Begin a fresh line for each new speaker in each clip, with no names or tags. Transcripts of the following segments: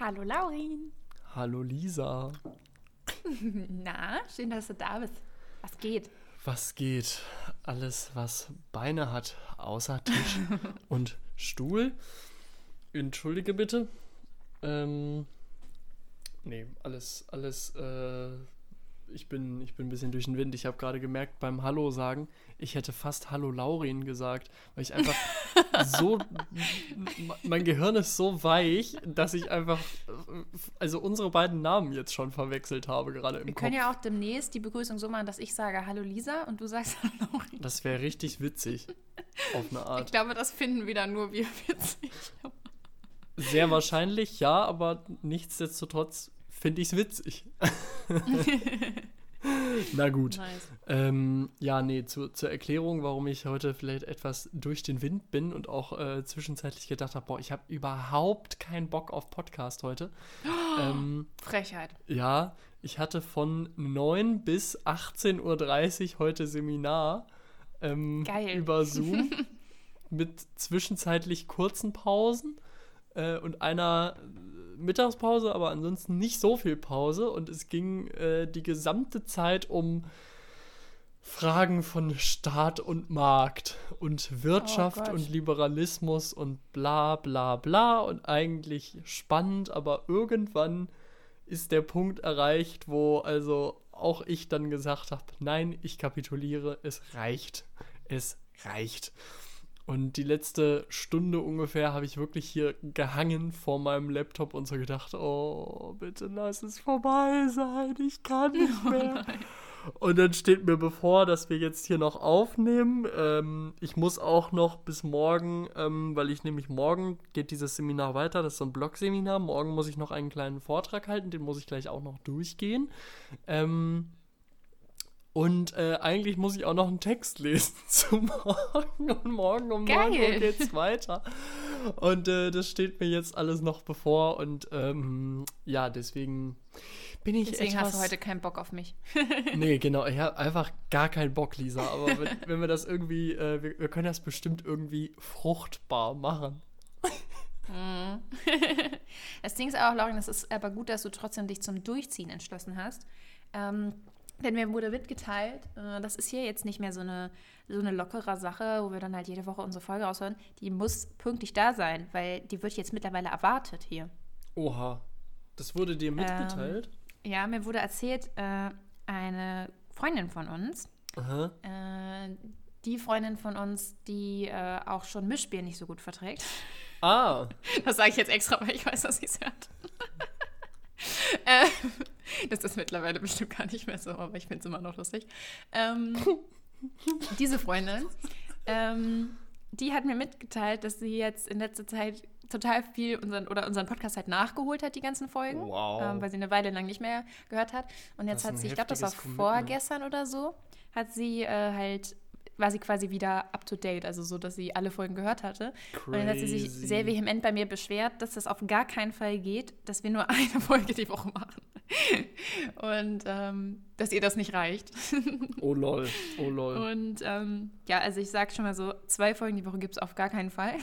Hallo Laurin.
Hallo Lisa.
Na, schön, dass du da bist. Was geht?
Was geht? Alles, was Beine hat, außer Tisch und Stuhl. Entschuldige bitte. Nee, alles, ich bin ein bisschen durch den Wind. Ich habe gerade gemerkt beim Hallo sagen, ich hätte fast Hallo Laurin gesagt, weil ich einfach mein Gehirn ist so weich, dass ich einfach, also unsere beiden Namen jetzt schon verwechselt habe gerade im
Wir
Kopf.
können ja auch demnächst die Begrüßung so machen, dass ich sage Hallo Lisa und du sagst Hallo Laurin.
Das wäre richtig witzig, auf eine Art.
Ich glaube, das finden wieder nur wir witzig.
Sehr wahrscheinlich, ja, aber nichtsdestotrotz finde ich es witzig. Na gut.
Nice.
Zur Erklärung, warum ich heute vielleicht etwas durch den Wind bin und auch zwischenzeitlich gedacht habe, boah, ich habe überhaupt keinen Bock auf Podcast heute.
Frechheit.
Ja, ich hatte von 9 bis 18:30 Uhr heute Seminar
Geil.
über Zoom mit zwischenzeitlich kurzen Pausen und einer Mittagspause, aber ansonsten nicht so viel Pause. Und es ging die gesamte Zeit um Fragen von Staat und Markt und Wirtschaft und Liberalismus und bla bla bla. Und eigentlich spannend, aber irgendwann ist der Punkt erreicht, wo also auch ich dann gesagt habe, nein, ich kapituliere, es reicht. Es reicht. Und die letzte Stunde ungefähr habe ich wirklich hier gehangen vor meinem Laptop und so gedacht, oh, bitte lass es vorbei sein, ich kann nicht mehr. Und dann steht mir bevor, dass wir jetzt hier noch aufnehmen. Ich muss auch noch bis morgen, weil ich nämlich morgen geht dieses Seminar weiter, das ist so ein Blog-Seminar. Morgen muss ich noch einen kleinen Vortrag halten, den muss ich gleich auch noch durchgehen. Und eigentlich muss ich auch noch einen Text lesen zu morgen. Und morgen um 9 Uhr geht's weiter. Und das steht mir jetzt alles noch bevor. Und deswegen bin ich
Deswegen hast du heute keinen Bock auf mich.
Nee, genau. Ich habe einfach gar keinen Bock, Lisa. Aber wenn wir das irgendwie, wir können das bestimmt irgendwie fruchtbar machen.
Das Ding ist auch, Laurin, es ist aber gut, dass du trotzdem dich zum Durchziehen entschlossen hast. Denn mir wurde mitgeteilt, das ist hier jetzt nicht mehr so eine lockere Sache, wo wir dann halt jede Woche unsere Folge raushören. Die muss pünktlich da sein, weil die wird jetzt mittlerweile erwartet hier.
Oha, das wurde dir mitgeteilt?
Ja, mir wurde erzählt, eine Freundin von uns, die Freundin von uns, die auch schon Mischbier nicht so gut verträgt.
Ah.
Das sage ich jetzt extra, weil ich weiß, dass sie es hört. Das ist mittlerweile bestimmt gar nicht mehr so, aber ich finde es immer noch lustig. Diese Freundin, die hat mir mitgeteilt, dass sie jetzt in letzter Zeit total viel unseren Podcast halt nachgeholt hat, die ganzen Folgen, weil sie eine Weile lang nicht mehr gehört hat. Und jetzt hat sie, ich glaube, das war vorgestern oder so, war sie quasi wieder up to date, also so, dass sie alle Folgen gehört hatte. Crazy. Und dann hat sie sich sehr vehement bei mir beschwert, dass das auf gar keinen Fall geht, dass wir nur eine Folge die Woche machen. Und dass ihr das nicht reicht.
Oh lol.
Und also ich sag schon mal so, 2 Folgen die Woche gibt es auf gar keinen Fall.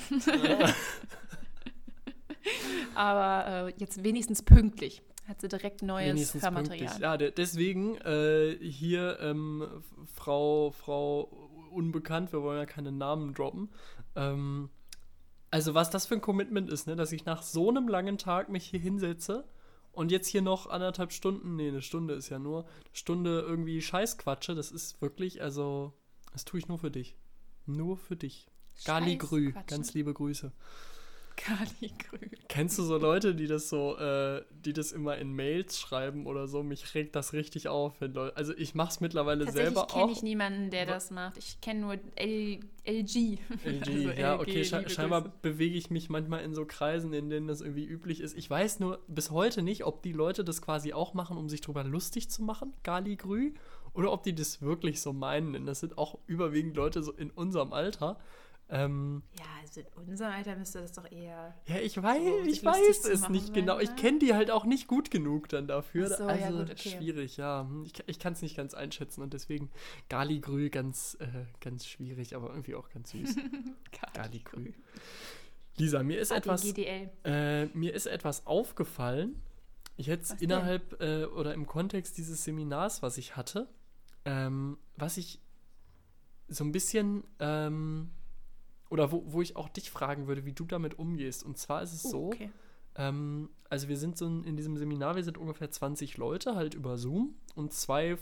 Aber jetzt wenigstens pünktlich. Hat sie direkt neues Hörmaterial.
Ja, deswegen hier Frau Unbekannt, wir wollen ja keine Namen droppen. Also was das für ein Commitment ist, ne, dass ich nach so einem langen Tag mich hier hinsetze und jetzt hier noch 1,5 Stunden, eine Stunde ist ja nur, eine Stunde irgendwie Scheißquatsche, das ist wirklich, also, das tue ich nur für dich. Nur für dich. Gali Grü, ganz liebe Grüße.
Kaligrü.
Kennst du so Leute, die das immer in Mails schreiben oder so? Mich regt das richtig auf, wenn Leute. Also ich mach's mittlerweile selber auch.
Tatsächlich kenne ich niemanden, der das macht. Ich kenne nur LG.
LG,
also
ja, okay. Scheinbar bewege ich mich manchmal in so Kreisen, in denen das irgendwie üblich ist. Ich weiß nur bis heute nicht, ob die Leute das quasi auch machen, um sich drüber lustig zu machen, Galigrü, oder ob die das wirklich so meinen. Denn das sind auch überwiegend Leute so in unserem Alter.
Ja, also in unserem Alter müsste das doch eher.
Ja, ich weiß es nicht genau. Ich kenne die halt auch nicht gut genug dann dafür.
Ach so,
also
ja, gut, okay.
Schwierig, ja. Ich kann es nicht ganz einschätzen und deswegen Galigrü ganz schwierig, aber irgendwie auch ganz süß. Galigrü. Lisa, mir ist
GDL.
etwas aufgefallen. Jetzt innerhalb oder im Kontext dieses Seminars, was ich hatte, was ich so ein bisschen oder wo ich auch dich fragen würde, wie du damit umgehst. Und zwar ist es so,
Okay.
Also wir sind so in diesem Seminar, wir sind ungefähr 20 Leute halt über Zoom und zwei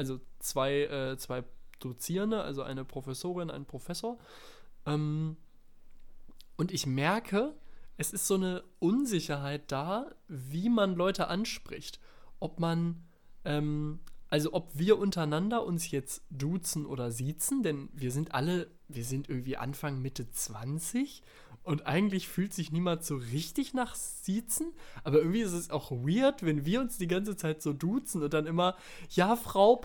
Dozierende, also eine Professorin, ein Professor. Und ich merke, es ist so eine Unsicherheit da, wie man Leute anspricht. Ob wir untereinander uns jetzt duzen oder siezen, denn wir sind irgendwie Anfang, Mitte 20 und eigentlich fühlt sich niemand so richtig nach Siezen, aber irgendwie ist es auch weird, wenn wir uns die ganze Zeit so duzen und dann immer, ja, Frau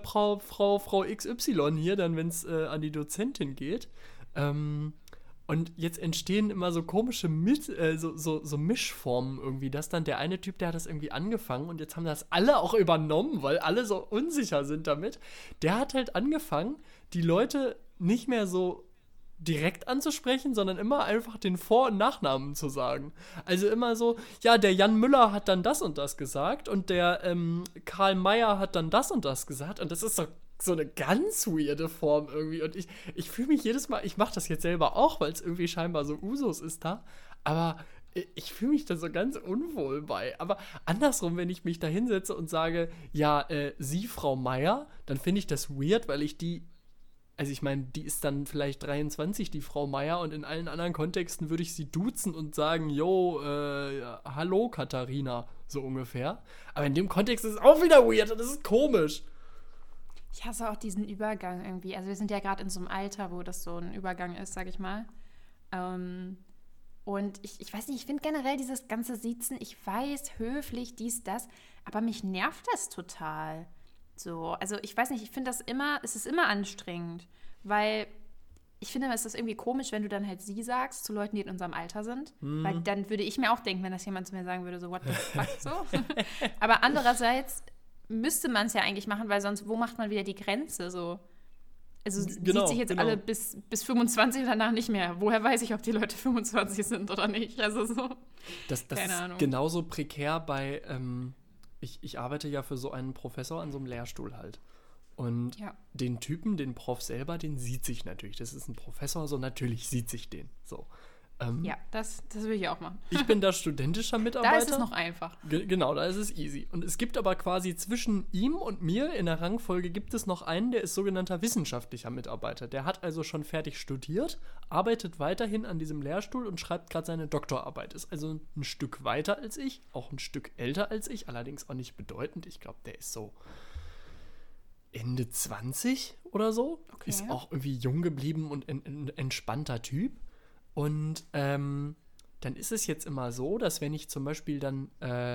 XY hier, dann wenn es an die Dozentin geht. Und jetzt entstehen immer so komische so Mischformen irgendwie, dass dann der eine Typ, der hat das irgendwie angefangen und jetzt haben das alle auch übernommen, weil alle so unsicher sind damit. Der hat halt angefangen, die Leute nicht mehr so direkt anzusprechen, sondern immer einfach den Vor- und Nachnamen zu sagen. Also immer so, ja, der Jan Müller hat dann das und das gesagt und der Karl Mayer hat dann das und das gesagt und das ist doch so eine ganz weirde Form irgendwie. Und ich fühle mich jedes Mal, ich mache das jetzt selber auch, weil es irgendwie scheinbar so Usus ist da, aber ich fühle mich da so ganz unwohl bei. Aber andersrum, wenn ich mich da hinsetze und sage, ja, Sie, Frau Meier, dann finde ich das weird, weil also ich meine, die ist dann vielleicht 23, die Frau Meier, und in allen anderen Kontexten würde ich sie duzen und sagen, jo, hallo Katharina, so ungefähr. Aber in dem Kontext ist es auch wieder weird und das ist komisch.
Ich hasse auch diesen Übergang irgendwie. Also wir sind ja gerade in so einem Alter, wo das so ein Übergang ist, sag ich mal. Und ich weiß nicht, ich finde generell dieses ganze Siezen, ich weiß, höflich, dies, das, aber mich nervt das total. So, also ich weiß nicht, ich finde es ist immer anstrengend, weil ich finde, es ist irgendwie komisch, wenn du dann halt sie sagst zu Leuten, die in unserem Alter sind, weil dann würde ich mir auch denken, wenn das jemand zu mir sagen würde, so what the fuck, so. Aber andererseits müsste man es ja eigentlich machen, weil sonst, wo macht man wieder die Grenze, so? Also
Genau,
sieht sich jetzt alle bis 25 und danach nicht mehr. Woher weiß ich, ob die Leute 25 sind oder nicht? Also so,
Das
keine Ahnung.
ist genauso prekär bei, ich arbeite ja für so einen Professor an so einem Lehrstuhl halt. Und den Typen, den Prof selber, den sieht sich natürlich. Das ist ein Professor, so natürlich sieht sich den. So.
Ja, das will ich auch machen.
Ich bin da studentischer Mitarbeiter.
Da ist es noch einfach.
Genau, da ist es easy. Und es gibt aber quasi zwischen ihm und mir in der Rangfolge gibt es noch einen, der ist sogenannter wissenschaftlicher Mitarbeiter. Der hat also schon fertig studiert, arbeitet weiterhin an diesem Lehrstuhl und schreibt gerade seine Doktorarbeit. Ist also ein Stück weiter als ich, auch ein Stück älter als ich, allerdings auch nicht bedeutend. Ich glaube, der ist so Ende 20 oder so. Okay. Ist auch irgendwie jung geblieben und ein entspannter Typ. Und dann ist es jetzt immer so, dass wenn ich zum Beispiel dann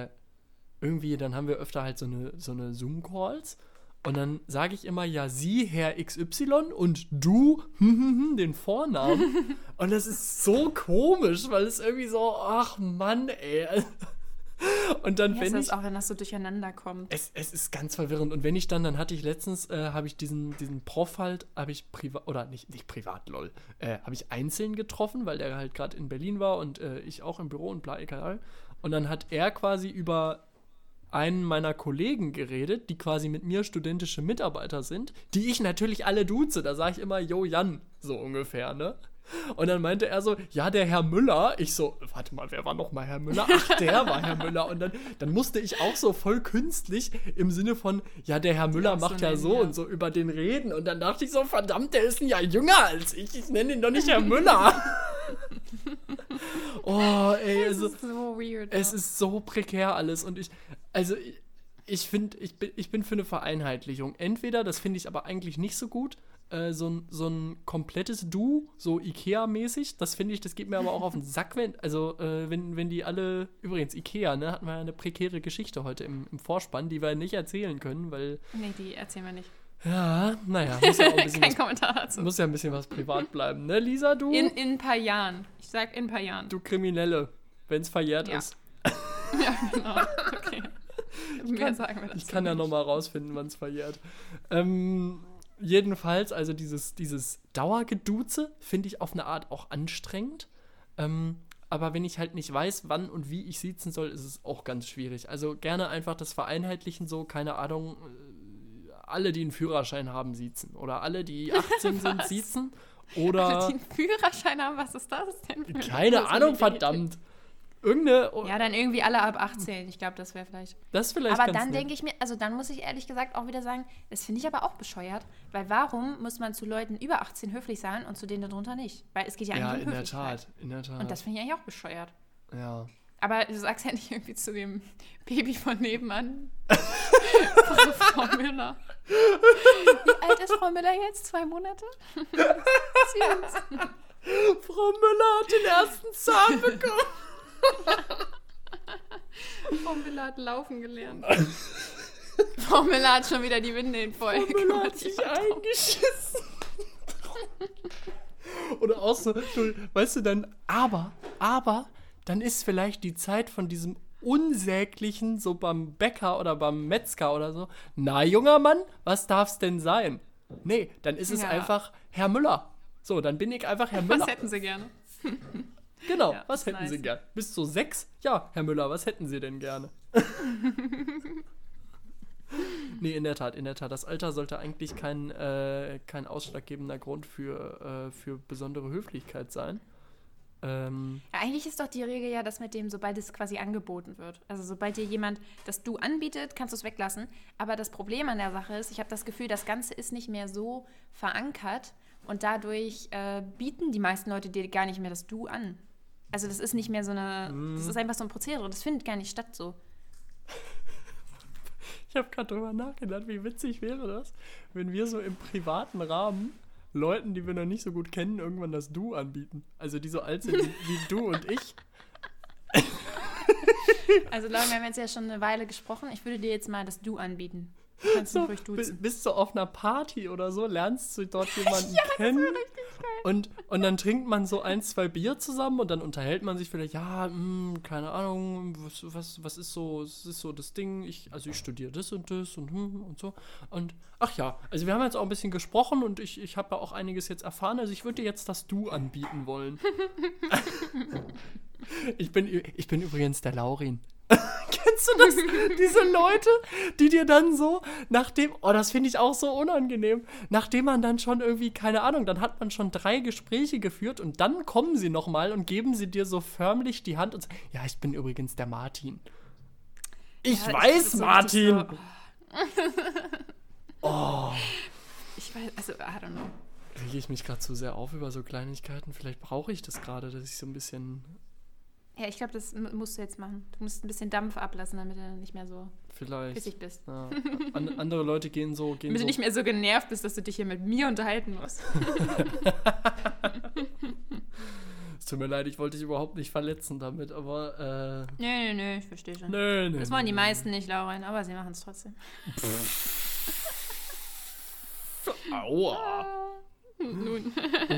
dann haben wir öfter halt so eine Zoom-Calls und dann sage ich immer, ja, Sie, Herr XY und du, den Vornamen. Und das ist so komisch, weil es irgendwie so, ach Mann, ey. Und dann,
wenn auch, wenn das so durcheinander kommt.
Es ist ganz verwirrend. Und wenn ich dann hatte ich letztens, habe ich diesen Prof halt, habe ich privat, oder nicht privat, lol, habe ich einzeln getroffen, weil der halt gerade in Berlin war und ich auch im Büro und bla, egal. Und dann hat er quasi über einen meiner Kollegen geredet, die quasi mit mir studentische Mitarbeiter sind, die ich natürlich alle duze. Da sage ich immer, jo, Jan, so ungefähr, ne? Und dann meinte er so, ja, der Herr Müller. Ich so, warte mal, wer war nochmal Herr Müller? Ach, der war Herr Müller. Und dann musste ich auch so voll künstlich im Sinne von, ja, der Herr Müller macht ja so und so über den reden. Und dann dachte ich so, verdammt, der ist ein Jahr jünger als ich. Ich nenne ihn doch nicht Herr Müller. Oh, ey.
Das ist so weird.
Es ist so prekär alles. Und ich bin für eine Vereinheitlichung. Entweder, das finde ich aber eigentlich nicht so gut, so ein komplettes Du, so Ikea-mäßig, das finde ich, das geht mir aber auch auf den Sack, wenn die alle, übrigens Ikea, ne, hatten wir ja eine prekäre Geschichte heute im Vorspann, die wir nicht erzählen können, weil...
Nee, die erzählen wir nicht.
Ja, naja, muss ja auch ein bisschen
Kein Kommentar dazu.
Muss ja ein bisschen was privat bleiben, ne, Lisa, du?
In ein paar Jahren. Ich sag in ein paar Jahren.
Du Kriminelle, wenn es verjährt ist.
Ja, genau. Okay.
Ich kann ja nochmal rausfinden, wann es verjährt. Jedenfalls, also dieses Dauergeduze finde ich auf eine Art auch anstrengend. Aber wenn ich halt nicht weiß, wann und wie ich siezen soll, ist es auch ganz schwierig. Also gerne einfach das vereinheitlichen, so, keine Ahnung, alle, die einen Führerschein haben, siezen. Oder alle, die 18 sind, siezen. Oder
Alle, die einen Führerschein haben, was ist das denn?
keine Ahnung, verdammt. Irgendeine.
Ja, dann irgendwie alle ab 18. Ich glaube, das wäre vielleicht.
Das ist vielleicht
Aber
ganz
dann
nett.
denke ich mir, also dann muss ich ehrlich gesagt auch wieder sagen, das finde ich aber auch bescheuert. Weil warum muss man zu Leuten über 18 höflich sein und zu denen darunter nicht? Weil es geht ja
Ja,
eigentlich um
in der
Höflichkeit.
Tat, in der Tat.
Und das finde ich eigentlich auch bescheuert.
Ja.
Aber du sagst ja nicht irgendwie zu dem Baby von nebenan. Frau Müller. Wie alt ist Frau Müller jetzt? 2 Monate? Süß.
Frau Müller hat den ersten Zahn bekommen.
Frau Müller hat laufen gelernt. Frau Müller hat schon wieder die Windeln voll.
Frau Müller hat sich eingeschissen. Oder auch so, weißt du, dann, aber, dann ist vielleicht die Zeit von diesem Unsäglichen, so beim Bäcker oder beim Metzger oder so, na, junger Mann, was darf's denn sein? Nee, dann ist es
Ja.
einfach Herr Müller. So, dann bin ich einfach Herr Müller.
Was hätten Sie gerne?
Genau,
Ja,
was hätten
nice.
Sie gern? Bis zu 6? Ja, Herr Müller, was hätten Sie denn gerne? Nee, in der Tat. Das Alter sollte eigentlich kein ausschlaggebender Grund für besondere Höflichkeit sein.
Ja, eigentlich ist doch die Regel ja, dass mit dem, sobald es quasi angeboten wird. Also sobald dir jemand das Du anbietet, kannst du es weglassen. Aber das Problem an der Sache ist, ich habe das Gefühl, das Ganze ist nicht mehr so verankert und dadurch bieten die meisten Leute dir gar nicht mehr das Du an. Also das ist nicht mehr so das ist einfach so ein Prozedere. Das findet gar nicht statt so.
Ich habe gerade drüber nachgedacht, wie witzig wäre das, wenn wir so im privaten Rahmen Leuten, die wir noch nicht so gut kennen, irgendwann das Du anbieten. Also die so alt sind wie du und ich.
Also Laura, wir haben jetzt ja schon eine Weile gesprochen. Ich würde dir jetzt mal das Du anbieten. Du kannst mich
So,
ruhig duzen.
bist du auf einer Party oder so, lernst du dort jemanden kennen und dann trinkt man so 1, 2 Bier zusammen und dann unterhält man sich vielleicht, ja, keine Ahnung, was ist so das Ding, ich studiere das und so und ach ja, also wir haben jetzt auch ein bisschen gesprochen und ich habe ja auch einiges jetzt erfahren, also ich würde dir jetzt das Du anbieten wollen. Ich bin übrigens der Laurin. Kennst du das? Diese Leute, die dir dann so, das finde ich auch so unangenehm, nachdem man dann schon irgendwie, keine Ahnung, dann hat man schon 3 Gespräche geführt und dann kommen sie nochmal und geben sie dir so förmlich die Hand und sagen, ja, ich bin übrigens der Martin. Ich
Ja,
weiß,
so
Martin!
richtig
Oh.
Ich weiß, also, I don't know.
Rege ich mich gerade zu sehr auf über so Kleinigkeiten? Vielleicht brauche ich das gerade, dass ich so ein bisschen,
Ja, ich glaube, das musst du jetzt machen. Du musst ein bisschen Dampf ablassen, damit du nicht mehr so
vielleicht.
pissig bist.
Ja, andere Leute gehen so.
Damit du nicht mehr so genervt bist, dass du dich hier mit mir unterhalten musst.
Es tut mir leid, ich wollte dich überhaupt nicht verletzen damit, aber
Nee, ich verstehe schon.
nee.
Das wollen die meisten nicht, Lauren, aber sie machen es trotzdem.
Aua.
Nun.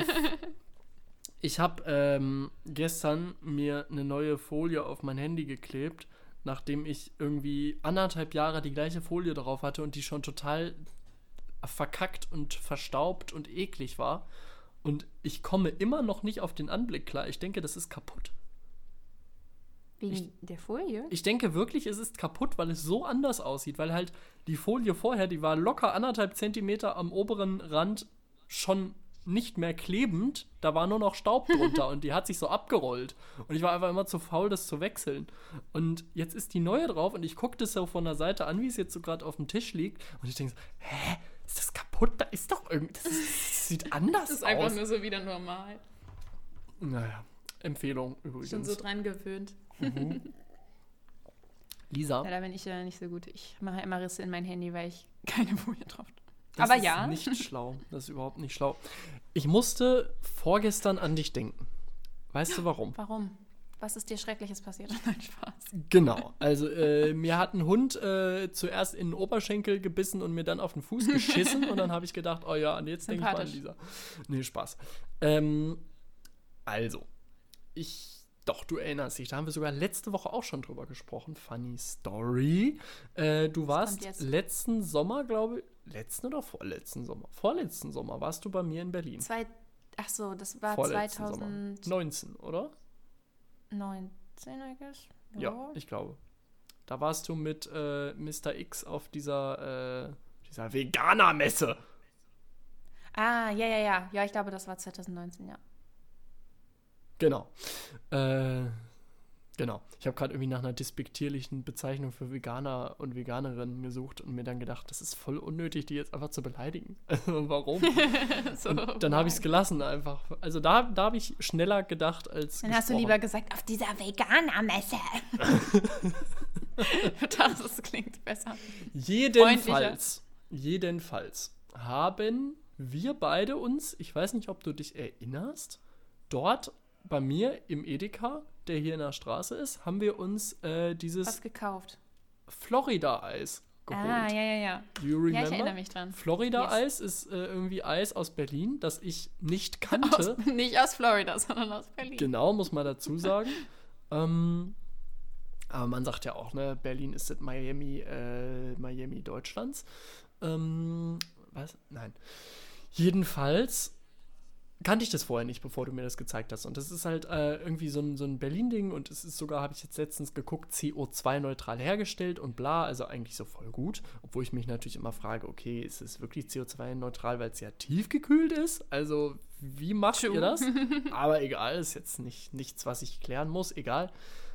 Ich habe gestern mir eine neue Folie auf mein Handy geklebt, nachdem ich irgendwie 1,5 Jahre die gleiche Folie drauf hatte und die schon total verkackt und verstaubt und eklig war. Und ich komme immer noch nicht auf den Anblick klar. Ich denke, das ist kaputt.
Wegen der Folie?
Ich denke wirklich, es ist kaputt, weil es so anders aussieht. Weil halt die Folie vorher, die war locker 1,5 Zentimeter am oberen Rand schon nicht mehr klebend. Da war nur noch Staub drunter und die hat sich so abgerollt. Und ich war einfach immer zu faul, das zu wechseln. Und jetzt ist die neue drauf und ich gucke das so von der Seite an, wie es jetzt so gerade auf dem Tisch liegt. Und ich denke so, hä? Ist das kaputt? Da ist doch irgendwie, das sieht anders aus.
Das ist einfach nur so wieder normal.
Naja, Empfehlung übrigens.
Schon so dran gewöhnt.
Lisa.
Ja, da bin ich ja nicht so gut. Ich mache immer Risse in mein Handy, weil ich keine Folie drauf habe.
Das
Aber
ist
ja.
nicht schlau. Das ist überhaupt nicht schlau. Ich musste vorgestern an dich denken. Weißt du warum?
Warum? Was ist dir Schreckliches passiert? Nein, Spaß.
Genau. Also mir hat ein Hund zuerst in den Oberschenkel gebissen und mir dann auf den Fuß geschissen. Und dann habe ich gedacht, oh ja, und jetzt denke ich mal an Lisa. Nee, Spaß. Doch, du erinnerst dich, da haben wir sogar letzte Woche auch schon drüber gesprochen. Funny Story. Du warst letzten Sommer, glaube ich, letzten oder vorletzten Sommer? Vorletzten Sommer warst du bei mir in Berlin.
Ach so, das war
Vorletzten
2019,
Sommer. 19, oder?
19, I guess.
Ja, ich glaube. Da warst du mit Mr. X auf dieser Veganer-Messe.
Ah, ja. Ja, ich glaube, das war 2019, ja.
Genau. Genau. Ich habe gerade irgendwie nach einer despektierlichen Bezeichnung für Veganer und Veganerinnen gesucht und mir dann gedacht, das ist voll unnötig, die jetzt einfach zu beleidigen. Also warum?
So,
und dann habe ich es gelassen einfach. Also da habe ich schneller gedacht als
Dann hast du lieber gesagt, auf dieser Veganer-Messe. Das klingt besser.
Jedenfalls haben wir beide uns, ich weiß nicht, ob du dich erinnerst, dort bei mir im Edeka, der hier in der Straße ist, haben wir uns dieses
Was gekauft?
Florida-Eis geholt.
Ah, ja.
Do you remember?
Ja, ich erinnere mich dran.
Florida-Eis ist irgendwie Eis aus Berlin, das ich nicht kannte.
Nicht aus Florida, sondern aus Berlin.
Genau, muss man dazu sagen. Aber man sagt ja auch, ne, Berlin ist das Miami Deutschlands. Was? Nein. Jedenfalls kannte ich das vorher nicht, bevor du mir das gezeigt hast. Und das ist halt irgendwie so ein Berlin-Ding und es ist sogar, habe ich jetzt letztens geguckt, CO2-neutral hergestellt und bla, also eigentlich so voll gut. Obwohl ich mich natürlich immer frage, okay, ist es wirklich CO2-neutral, weil es ja tiefgekühlt ist? Also wie macht ihr das? Aber egal, ist jetzt nichts, was ich klären muss, egal.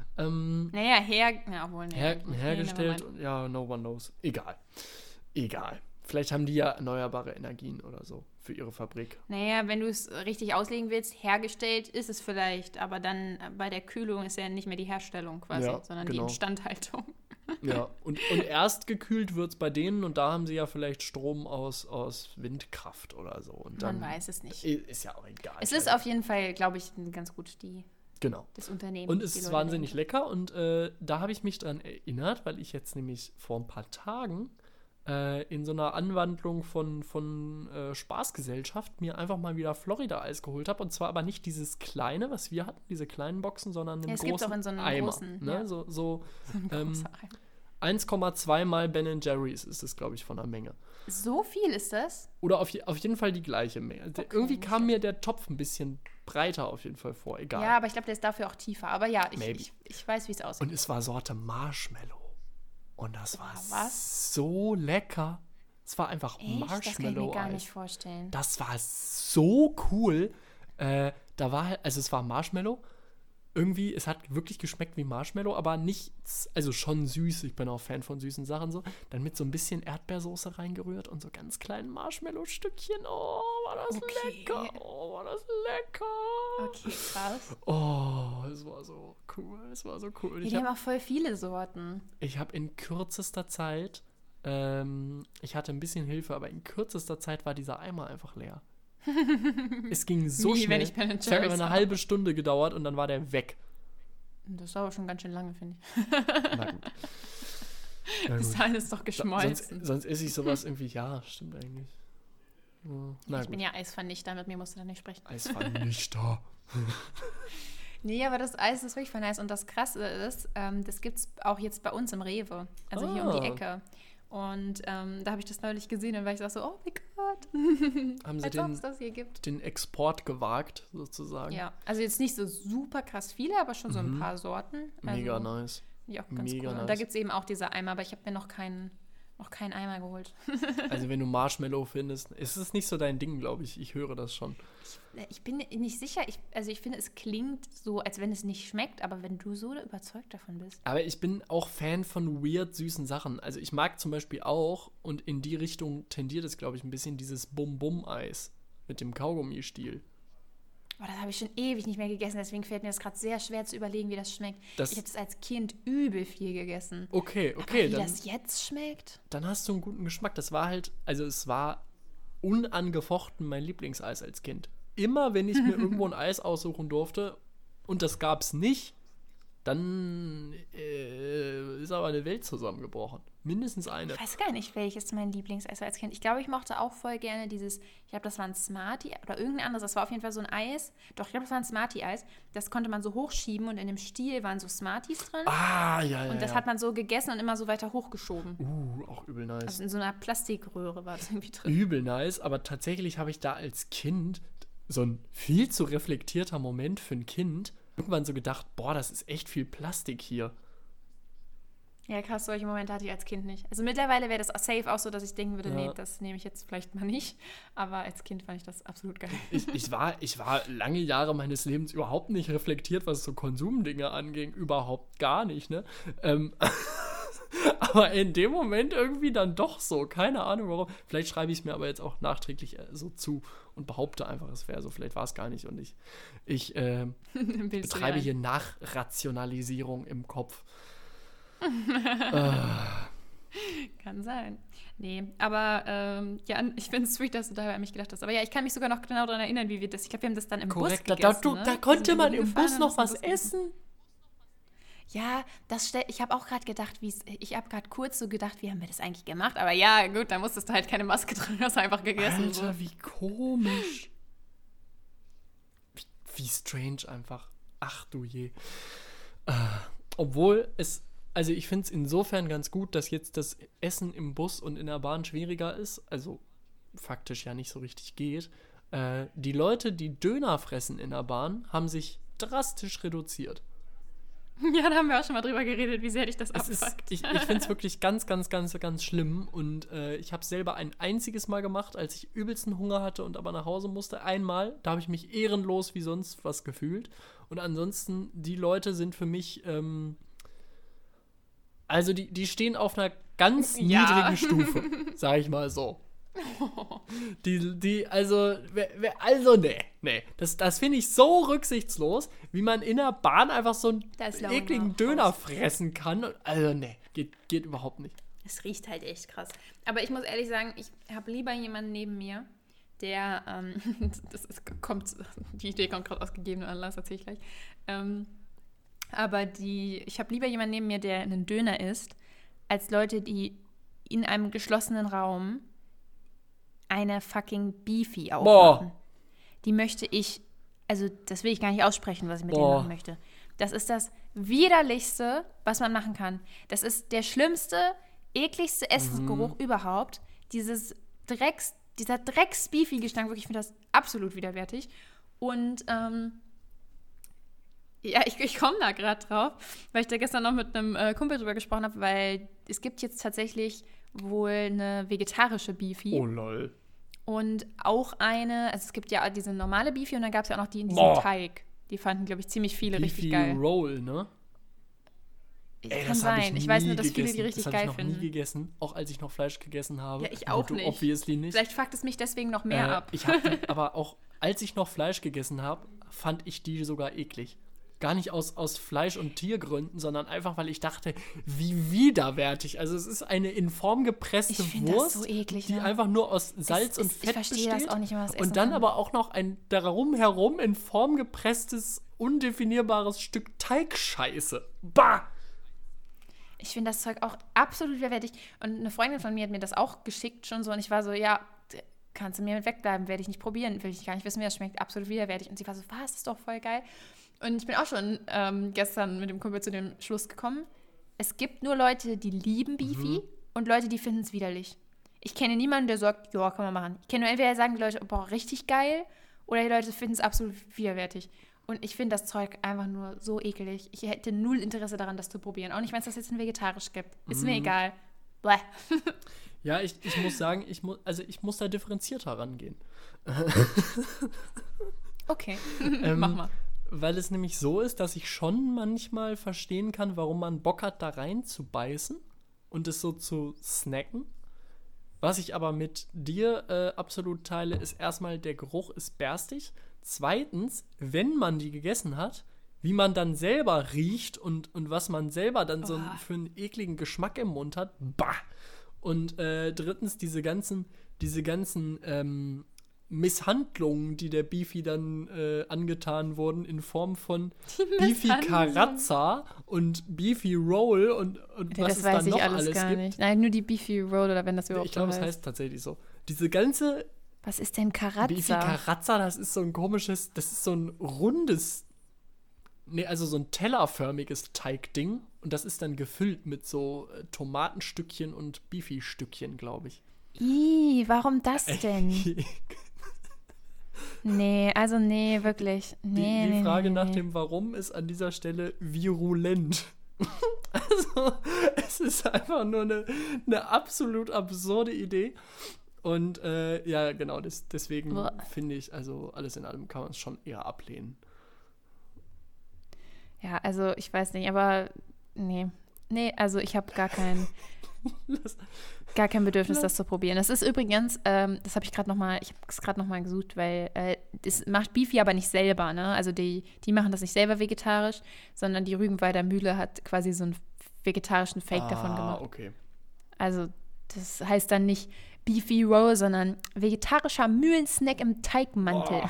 Hergestellt, ja, no one knows. Egal. Vielleicht haben die ja erneuerbare Energien oder so für ihre Fabrik.
Naja, wenn du es richtig auslegen willst, hergestellt ist es vielleicht, aber dann bei der Kühlung ist ja nicht mehr die Herstellung quasi, sondern die Instandhaltung.
Ja, und erst gekühlt wird es bei denen und da haben sie ja vielleicht Strom aus Windkraft oder so. Und dann
man weiß es nicht.
Ist ja auch egal.
Es ist auf jeden Fall, glaube ich, ganz gut das Unternehmen.
Und es ist wahnsinnig lecker und da habe ich mich dran erinnert, weil ich jetzt nämlich vor ein paar Tagen in so einer Anwandlung von Spaßgesellschaft mir einfach mal wieder Florida-Eis geholt habe. Und zwar aber nicht dieses kleine, was wir hatten, diese kleinen Boxen, sondern einen großen
auch in so einem
Eimer.
Großen,
ne?
Ja.
So 1,2 mal Ben & Jerry's ist es, glaube ich, von der Menge.
So viel ist das?
Oder auf jeden Fall die gleiche Menge. Okay, irgendwie kam mir der Topf ein bisschen breiter auf jeden Fall vor, egal.
Ja, aber ich glaube, der ist dafür auch tiefer. Aber ja, ich weiß, wie es aussieht.
Und es war Sorte Marshmallow. Und das war so lecker. Es war einfach Marshmallow. Das kann ich mir
gar nicht vorstellen.
Das war so cool. Da war halt, also es war Marshmallow. Irgendwie, es hat wirklich geschmeckt wie Marshmallow, aber nicht, also schon süß. Ich bin auch Fan von süßen Sachen so. Dann mit so ein bisschen Erdbeersoße reingerührt und so ganz kleinen Marshmallow-Stückchen. Oh, war das lecker. Oh, war das lecker.
Okay, krass.
Oh, es war so cool.
Die haben auch voll viele Sorten.
Ich habe in kürzester Zeit, ich hatte ein bisschen Hilfe, aber in kürzester Zeit war dieser Eimer einfach leer. Es ging so schnell. Es hat aber eine halbe Stunde gedauert und dann war der weg.
Das war aber schon ganz schön lange, finde ich.
Na gut.
Bis dahin ist doch geschmolzen.
Sonst esse ich sowas irgendwie, ja, stimmt eigentlich.
Ich bin ja Eisvernichter, mit mir musst du da nicht sprechen.
Eisvernichter.
Nee, aber das Eis ist wirklich voll nice. Und das Krasse ist, das gibt es auch jetzt bei uns im Rewe. Also hier um die Ecke. Und da habe ich das neulich gesehen und war ich so, oh mein Gott.
Haben sie
das hier gibt.
Den Export gewagt, sozusagen.
Ja, also jetzt nicht so super krass viele, aber schon so ein paar Sorten. Also,
mega nice.
Ja, ganz cool. Nice. Und da gibt es eben auch diese Eimer, aber ich habe mir noch keinen Eimer geholt.
Also wenn du Marshmallow findest, ist es nicht so dein Ding, glaube ich. Ich höre das schon.
Ich bin nicht sicher. Ich finde, es klingt so, als wenn es nicht schmeckt, aber wenn du so überzeugt davon bist.
Aber ich bin auch Fan von weird süßen Sachen. Also ich mag zum Beispiel auch, und in die Richtung tendiert es, glaube ich, ein bisschen, dieses Bum-Bum-Eis mit dem Kaugummi-Stiel.
Oh, das habe ich schon ewig nicht mehr gegessen, deswegen fällt mir das gerade sehr schwer zu überlegen, wie das schmeckt. Ich habe das als Kind übel viel gegessen.
Okay.
Aber wie das jetzt schmeckt?
Dann hast du einen guten Geschmack. Das war halt, also es war unangefochten mein Lieblingseis als Kind. Immer, wenn ich mir irgendwo ein Eis aussuchen durfte und das gab's nicht, dann ist aber eine Welt zusammengebrochen. Mindestens eine.
Ich weiß gar nicht, welches mein Lieblingseis war als Kind. Ich glaube, ich mochte auch voll gerne dieses, ich glaube, das war ein Smartie oder irgendein anderes. Das war auf jeden Fall so ein Eis. Doch, ich glaube, das war ein Smartie-Eis. Das konnte man so hochschieben und in dem Stiel waren so Smarties drin.
Ah, ja.
Und das hat man so gegessen und immer so weiter hochgeschoben.
Auch übel nice.
Also in so einer Plastikröhre war das irgendwie drin.
Übel nice, aber tatsächlich habe ich da als Kind so ein viel zu reflektierter Moment für ein Kind, Irgendwann so gedacht, boah, das ist echt viel Plastik hier.
Ja, krass, solche Momente hatte ich als Kind nicht. Also mittlerweile wäre das safe auch so, dass ich denken würde, nee, das nehme ich jetzt vielleicht mal nicht. Aber als Kind fand ich das absolut geil.
Ich war lange Jahre meines Lebens überhaupt nicht reflektiert, was so Konsumdinge anging. Überhaupt gar nicht, ne? Aber in dem Moment irgendwie dann doch so. Keine Ahnung warum. Vielleicht schreibe ich es mir aber jetzt auch nachträglich so zu und behaupte einfach, es wäre so. Vielleicht war es gar nicht. Und ich betreibe hier Nachrationalisierung im Kopf.
Kann sein. Nee, aber ja, ich finde es sweet, dass du da an mich gedacht hast. Aber ja, ich kann mich sogar noch genau daran erinnern, wie wir das, ich glaube, wir haben das dann im Bus gegessen.
Da konnte man im Bus noch was essen.
Ja, ich habe auch gerade gedacht, ich habe gerade kurz so gedacht, wie haben wir das eigentlich gemacht? Aber ja, gut, dann musstest du halt keine Maske tragen, hast einfach gegessen.
Alter, wie komisch. Wie strange einfach. Ach du je. Obwohl also ich finde es insofern ganz gut, dass jetzt das Essen im Bus und in der Bahn schwieriger ist, also faktisch ja nicht so richtig geht. Die Leute, die Döner fressen in der Bahn, haben sich drastisch reduziert.
Ja, da haben wir auch schon mal drüber geredet, wie sehr dich das abfuckt.
Ich finde es wirklich ganz, ganz, ganz, ganz schlimm. Und ich habe es selber ein einziges Mal gemacht, als ich übelsten Hunger hatte und aber nach Hause musste. Einmal, da habe ich mich ehrenlos wie sonst was gefühlt. Und ansonsten, die Leute sind für mich, also die stehen auf einer ganz niedrigen Stufe, sage ich mal so. Nee. Das finde ich so rücksichtslos, wie man in der Bahn einfach so einen ekligen Döner fressen kann. Also, nee, geht überhaupt nicht.
Es riecht halt echt krass. Aber ich muss ehrlich sagen, ich habe lieber jemanden neben mir, der, die Idee kommt gerade aus gegebenem Anlass, erzähle ich gleich. Aber ich habe lieber jemanden neben mir, der einen Döner isst, als Leute, die in einem geschlossenen Raum eine fucking Beefy aufmachen. Boah. Die möchte ich, also das will ich gar nicht aussprechen, was ich mit denen machen möchte. Das ist das Widerlichste, was man machen kann. Das ist der schlimmste, ekligste Essensgeruch überhaupt. Dieser Drecks-Beefy-Gestank, wirklich, ich finde das absolut widerwärtig. Und ja, ich komme da gerade drauf, weil ich da gestern noch mit einem Kumpel drüber gesprochen habe, weil es gibt jetzt tatsächlich wohl eine vegetarische Beefy.
Oh lol.
Und auch also es gibt ja diese normale Beefy und dann gab es ja auch noch die in diesem Teig. Die fanden, glaube ich, ziemlich viele richtig geil.
Beefy Roll, ne?
Kann sein. Ich weiß nur, dass viele die richtig geil finden.
Das habe ich noch nie gegessen, auch als ich noch Fleisch gegessen habe.
Ja, ich auch nicht.
Obviously nicht.
Vielleicht fuckt es mich deswegen noch mehr ab.
Ich habe aber auch, als ich noch Fleisch gegessen habe, fand ich die sogar eklig. Gar nicht aus Fleisch- und Tiergründen, sondern einfach, weil ich dachte, wie widerwärtig. Also es ist eine in Form gepresste Wurst,
das so eklig,
die einfach nur aus Salz und Fett besteht. Ich verstehe
das auch nicht mehr, was
und dann aber auch noch ein darum herum in Form gepresstes, undefinierbares Stück Teigscheiße. Bah!
Ich finde das Zeug auch absolut widerwärtig. Und eine Freundin von mir hat mir das auch geschickt schon so. Und ich war so, ja, kannst du mir mit wegbleiben, werde ich nicht probieren. Will ich gar nicht wissen, wie das schmeckt. Absolut widerwärtig. Und sie war so, was, das ist doch voll geil. Und ich bin auch schon gestern mit dem Kumpel zu dem Schluss gekommen, es gibt nur Leute, die lieben Beefy und Leute, die finden es widerlich. Ich kenne niemanden, der sagt, ja, kann man machen. Ich kenne nur entweder sagen die Leute, boah, richtig geil, oder die Leute finden es absolut widerwärtig. Und ich finde das Zeug einfach nur so ekelig. Ich hätte null Interesse daran, das zu probieren. Auch nicht, wenn es das jetzt in vegetarisch gibt. Ist mir egal. Bleh.
Ja, ich muss sagen, ich muss da differenzierter rangehen.
Okay, mach mal.
Weil es nämlich so ist, dass ich schon manchmal verstehen kann, warum man Bock hat, da rein zu beißen und es so zu snacken. Was ich aber mit dir absolut teile, ist erstmal, der Geruch ist berstig. Zweitens, wenn man die gegessen hat, wie man dann selber riecht und was man selber dann so für einen ekligen Geschmack im Mund hat. Bah! Und drittens, diese ganzen Misshandlungen, die der Beefy dann angetan wurden, in Form von Beefy Carazza und Beefy Roll und was es dann noch alles
gar
gibt.
Nicht. Nein, nur die Beefy Roll oder wenn das überhaupt
Ich glaube, es heißt tatsächlich so. Diese ganze
Was ist denn Carazza?
Beefy Carazza, das ist so ein komisches, das ist so ein rundes, also so ein tellerförmiges Teigding und das ist dann gefüllt mit so Tomatenstückchen und Beefy-Stückchen, glaube ich.
Warum das denn? Nee, also nee, wirklich. Nee,
Die Frage
nee.
nach dem Warum ist an dieser Stelle virulent. Also, es ist einfach nur eine absolut absurde Idee. Und ja, genau, deswegen finde ich, also alles in allem kann man es schon eher ablehnen.
Ja, also ich weiß nicht, aber nee. Nee, also ich habe gar kein Bedürfnis, das zu probieren. Das ist übrigens, das habe ich gerade nochmal, ich habe es gerade nochmal gesucht, weil das macht Beefy aber nicht selber, ne? Also die machen das nicht selber vegetarisch, sondern die Rügenwalder Mühle hat quasi so einen vegetarischen Fake davon gemacht.
Okay.
Also das heißt dann nicht Beefy Roll, sondern vegetarischer Mühlensnack im Teigmantel.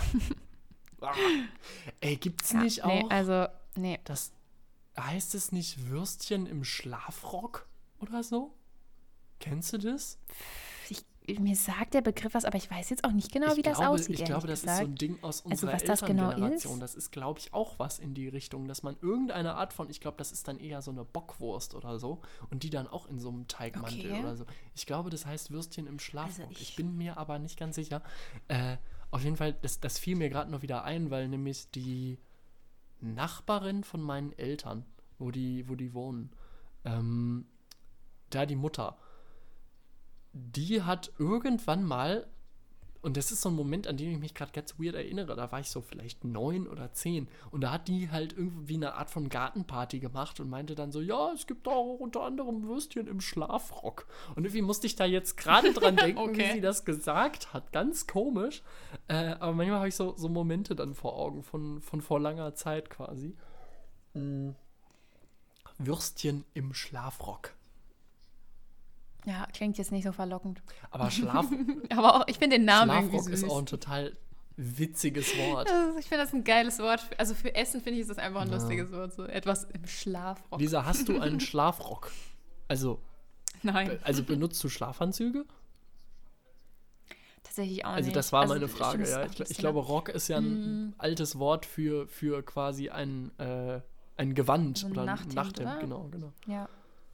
Ey, gibt's nicht auch?
Nee, also, nee.
Das heißt es nicht Würstchen im Schlafrock oder so? Kennst du das?
Mir sagt der Begriff was, aber ich weiß jetzt auch nicht genau, wie das aussieht.
Ich glaube, das ist so ein Ding aus unserer Elterngeneration. Das ist, glaube ich, auch was in die Richtung, dass man irgendeine Art von, ich glaube, das ist dann eher so eine Bockwurst oder so und die dann auch in so einem Teigmantel oder so. Ich glaube, das heißt Würstchen im Schlafrock. Also ich bin mir aber nicht ganz sicher. Auf jeden Fall, das fiel mir gerade noch wieder ein, weil nämlich die Nachbarin von meinen Eltern, wo die wohnen, da die Mutter, die hat irgendwann mal, und das ist so ein Moment, an den ich mich gerade ganz weird erinnere, da war ich so vielleicht 9 oder 10 und da hat die halt irgendwie eine Art von Gartenparty gemacht und meinte dann so, ja, es gibt auch unter anderem Würstchen im Schlafrock. Und irgendwie musste ich da jetzt gerade dran denken, wie sie das gesagt hat. Ganz komisch. Aber manchmal habe ich so Momente dann vor Augen von vor langer Zeit quasi. Würstchen im Schlafrock.
Ja, klingt jetzt nicht so verlockend.
Aber
aber auch, ich finde den Namen
Schlafrock
irgendwie süß.
ist auch ein total witziges Wort.
Also ich finde das ein geiles Wort. Also für Essen finde ich, ist das einfach ein lustiges Wort. So etwas im Schlafrock.
Lisa, hast du einen Schlafrock? Also,
nein.
Also benutzt du Schlafanzüge?
Tatsächlich auch nicht.
Also das war meine Frage, ja. Ich glaube, Rock ist ja ein altes Wort für quasi ein Gewand
so ein
oder ein
Nachthemd,
Nachthemd.
oder?
Genau.
Ja.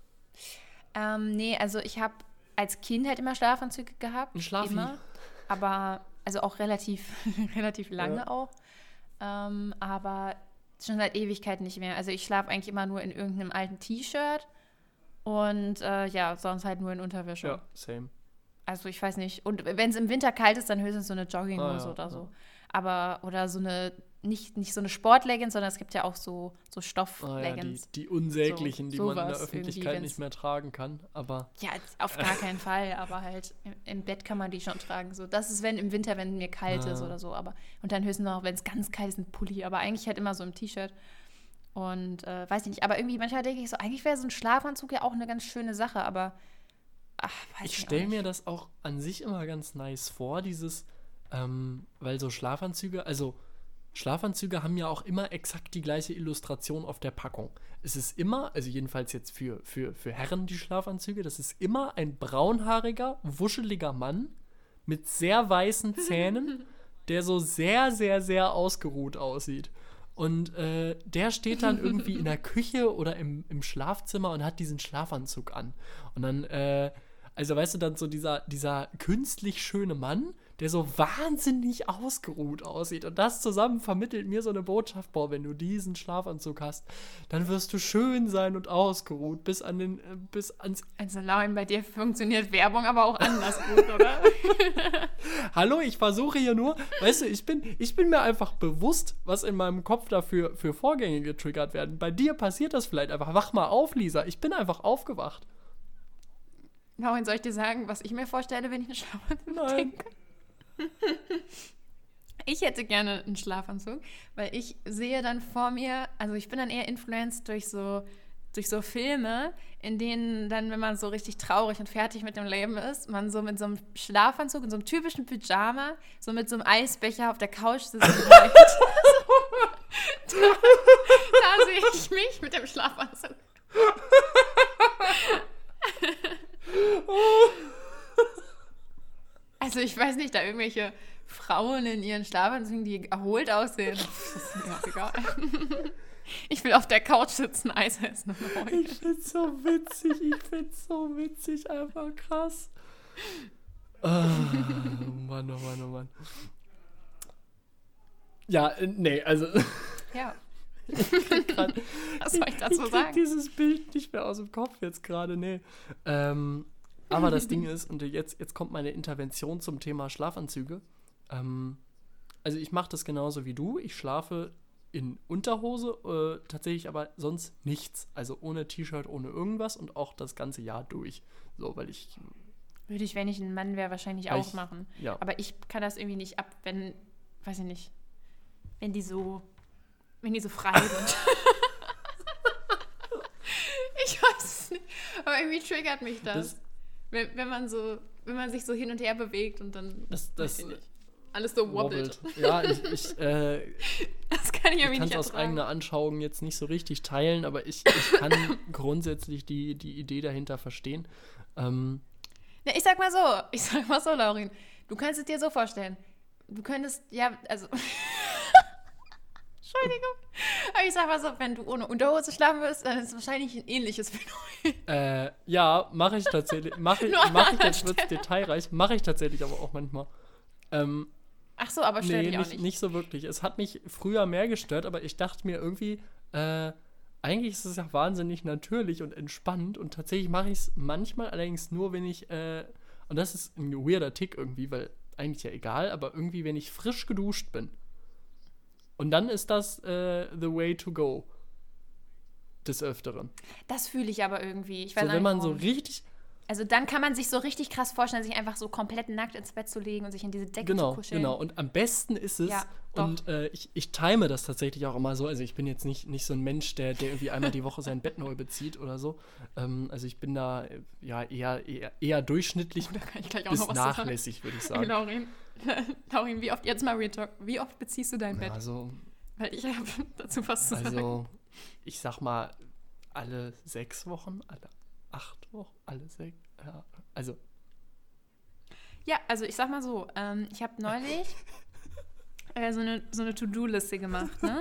Nee, also ich habe als Kind halt immer Schlafanzüge gehabt.
Ein Schlafi.
Immer. Aber, also auch relativ lange auch. Aber schon seit Ewigkeit nicht mehr. Also ich schlafe eigentlich immer nur in irgendeinem alten T-Shirt und ja, sonst halt nur in Unterwäsche.
Ja, same.
Also ich weiß nicht. Und wenn es im Winter kalt ist, dann höchstens so eine Jogginghose oder so.
Ja.
Aber, oder so eine, nicht so eine Sportleggings, sondern es gibt ja auch so Stoffleggings.
Die unsäglichen, die man in der
sowas
Öffentlichkeit nicht mehr tragen kann. Aber
ja, auf gar keinen Fall. Aber halt im Bett kann man die schon tragen. So, das ist, wenn im Winter, wenn mir kalt ist oder so. Aber, und dann höchstens noch, wenn es ganz kalt ist, ein Pulli. Aber eigentlich halt immer so im T-Shirt. Und weiß ich nicht. Aber irgendwie, manchmal denke ich so, eigentlich wäre so ein Schlafanzug ja auch eine ganz schöne Sache. Aber
ich stelle mir das auch an sich immer ganz nice vor, dieses, weil so Schlafanzüge haben ja auch immer exakt die gleiche Illustration auf der Packung. Es ist immer, also jedenfalls jetzt für Herren die Schlafanzüge, das ist immer ein braunhaariger, wuscheliger Mann mit sehr weißen Zähnen, der so sehr, sehr, sehr ausgeruht aussieht. Und der steht dann irgendwie in der Küche oder im Schlafzimmer und hat diesen Schlafanzug an. Und dann, also weißt du, dann so dieser künstlich schöne Mann, der so wahnsinnig ausgeruht aussieht. Und das zusammen vermittelt mir so eine Botschaft, boah, wenn du diesen Schlafanzug hast, dann wirst du schön sein und ausgeruht bis ans...
Also Lauren, bei dir funktioniert Werbung aber auch anders gut, oder?
Hallo, ich versuche hier nur, weißt du, ich bin mir einfach bewusst, was in meinem Kopf dafür für Vorgänge getriggert werden. Bei dir passiert das vielleicht einfach. Wach mal auf, Lisa. Ich bin einfach aufgewacht.
Lauren, soll ich dir sagen, was ich mir vorstelle, wenn ich einen Schlafanzug denke? Ich hätte gerne einen Schlafanzug, weil ich sehe dann vor mir, also ich bin dann eher influenced durch so Filme, in denen dann, wenn man so richtig traurig und fertig mit dem Leben ist, man so mit so einem Schlafanzug, in so einem typischen Pyjama, so mit so einem Eisbecher auf der Couch sitzt. Da sehe ich mich mit dem Schlafanzug. Also ich weiß nicht, da irgendwelche Frauen in ihren Schlafanzügen, die erholt aussehen. Das ist mir auch egal. Ich will auf der Couch sitzen, Eis essen und heulen.
Ich find's so witzig, einfach krass. Oh Mann. Ja, nee, also
Ja.
grad,
Was soll ich dazu
ich krieg
sagen?
dieses Bild nicht mehr aus dem Kopf jetzt gerade, nee. Aber das Ding ist, und jetzt kommt meine Intervention zum Thema Schlafanzüge. Also ich mache das genauso wie du. Ich schlafe in Unterhose, tatsächlich aber sonst nichts. Also ohne T-Shirt, ohne irgendwas und auch das ganze Jahr durch. So, weil ich...
Würde ich, wenn ich ein Mann wäre, wahrscheinlich auch machen.
Ja.
Aber ich kann das irgendwie nicht ab, wenn, weiß ich nicht, wenn die so frei sind. Ich weiß es nicht. Aber irgendwie triggert mich das. Wenn man sich so hin und her bewegt und dann
Das
weiß ich nicht, alles so wobbelt.
Ja, ich
Das kann ich irgendwie
kann
nicht
es aus
ertragen.
eigener Anschauung jetzt nicht so richtig teilen, aber ich kann grundsätzlich die Idee dahinter verstehen.
Ja, ich sag mal so, Laurin, du kannst es dir so vorstellen. Du könntest, ja, also Entschuldigung. Aber ich sag mal so, wenn du ohne Unterhose schlafen wirst, dann ist es wahrscheinlich ein ähnliches Phänomen.
Ja, mache ich tatsächlich. Mache ich jetzt wird's detailreich. Mache ich tatsächlich aber auch manchmal.
Ach so, aber stört
Nee,
dich auch nicht.
nicht so wirklich. Es hat mich früher mehr gestört, aber ich dachte mir irgendwie, eigentlich ist es ja wahnsinnig natürlich und entspannt und tatsächlich mache ich es manchmal, allerdings nur, wenn ich, und das ist ein weirder Tick irgendwie, weil eigentlich ja egal, aber irgendwie, wenn ich frisch geduscht bin. Und dann ist das the way to go. Des Öfteren.
Das fühle ich aber irgendwie. Ich weiß
So,
auch
wenn
nicht,
man so
warum.
richtig,
Also dann kann man sich so richtig krass vorstellen, sich einfach so komplett nackt ins Bett zu legen und sich in diese Decke zu kuscheln.
Genau. Und am besten ist es,
Ja, doch.
und ich time das tatsächlich auch immer so, also ich bin jetzt nicht so ein Mensch, der irgendwie einmal die Woche sein Bett neu bezieht oder so. Also ich bin da ja eher durchschnittlich
Da kann ich gleich auch
bis
noch was zu sagen.
nachlässig, würde ich sagen.
Laurin, wie oft, jetzt mal Real Talk, wie oft beziehst du dein Bett?
Also,
Weil ich habe dazu was zu sagen.
also ich sag mal, alle 6 Wochen, alle 8 Wochen, alle 6, ja, also
Ja, also ich sag mal so, ich habe neulich so eine To-Do-Liste gemacht, ne?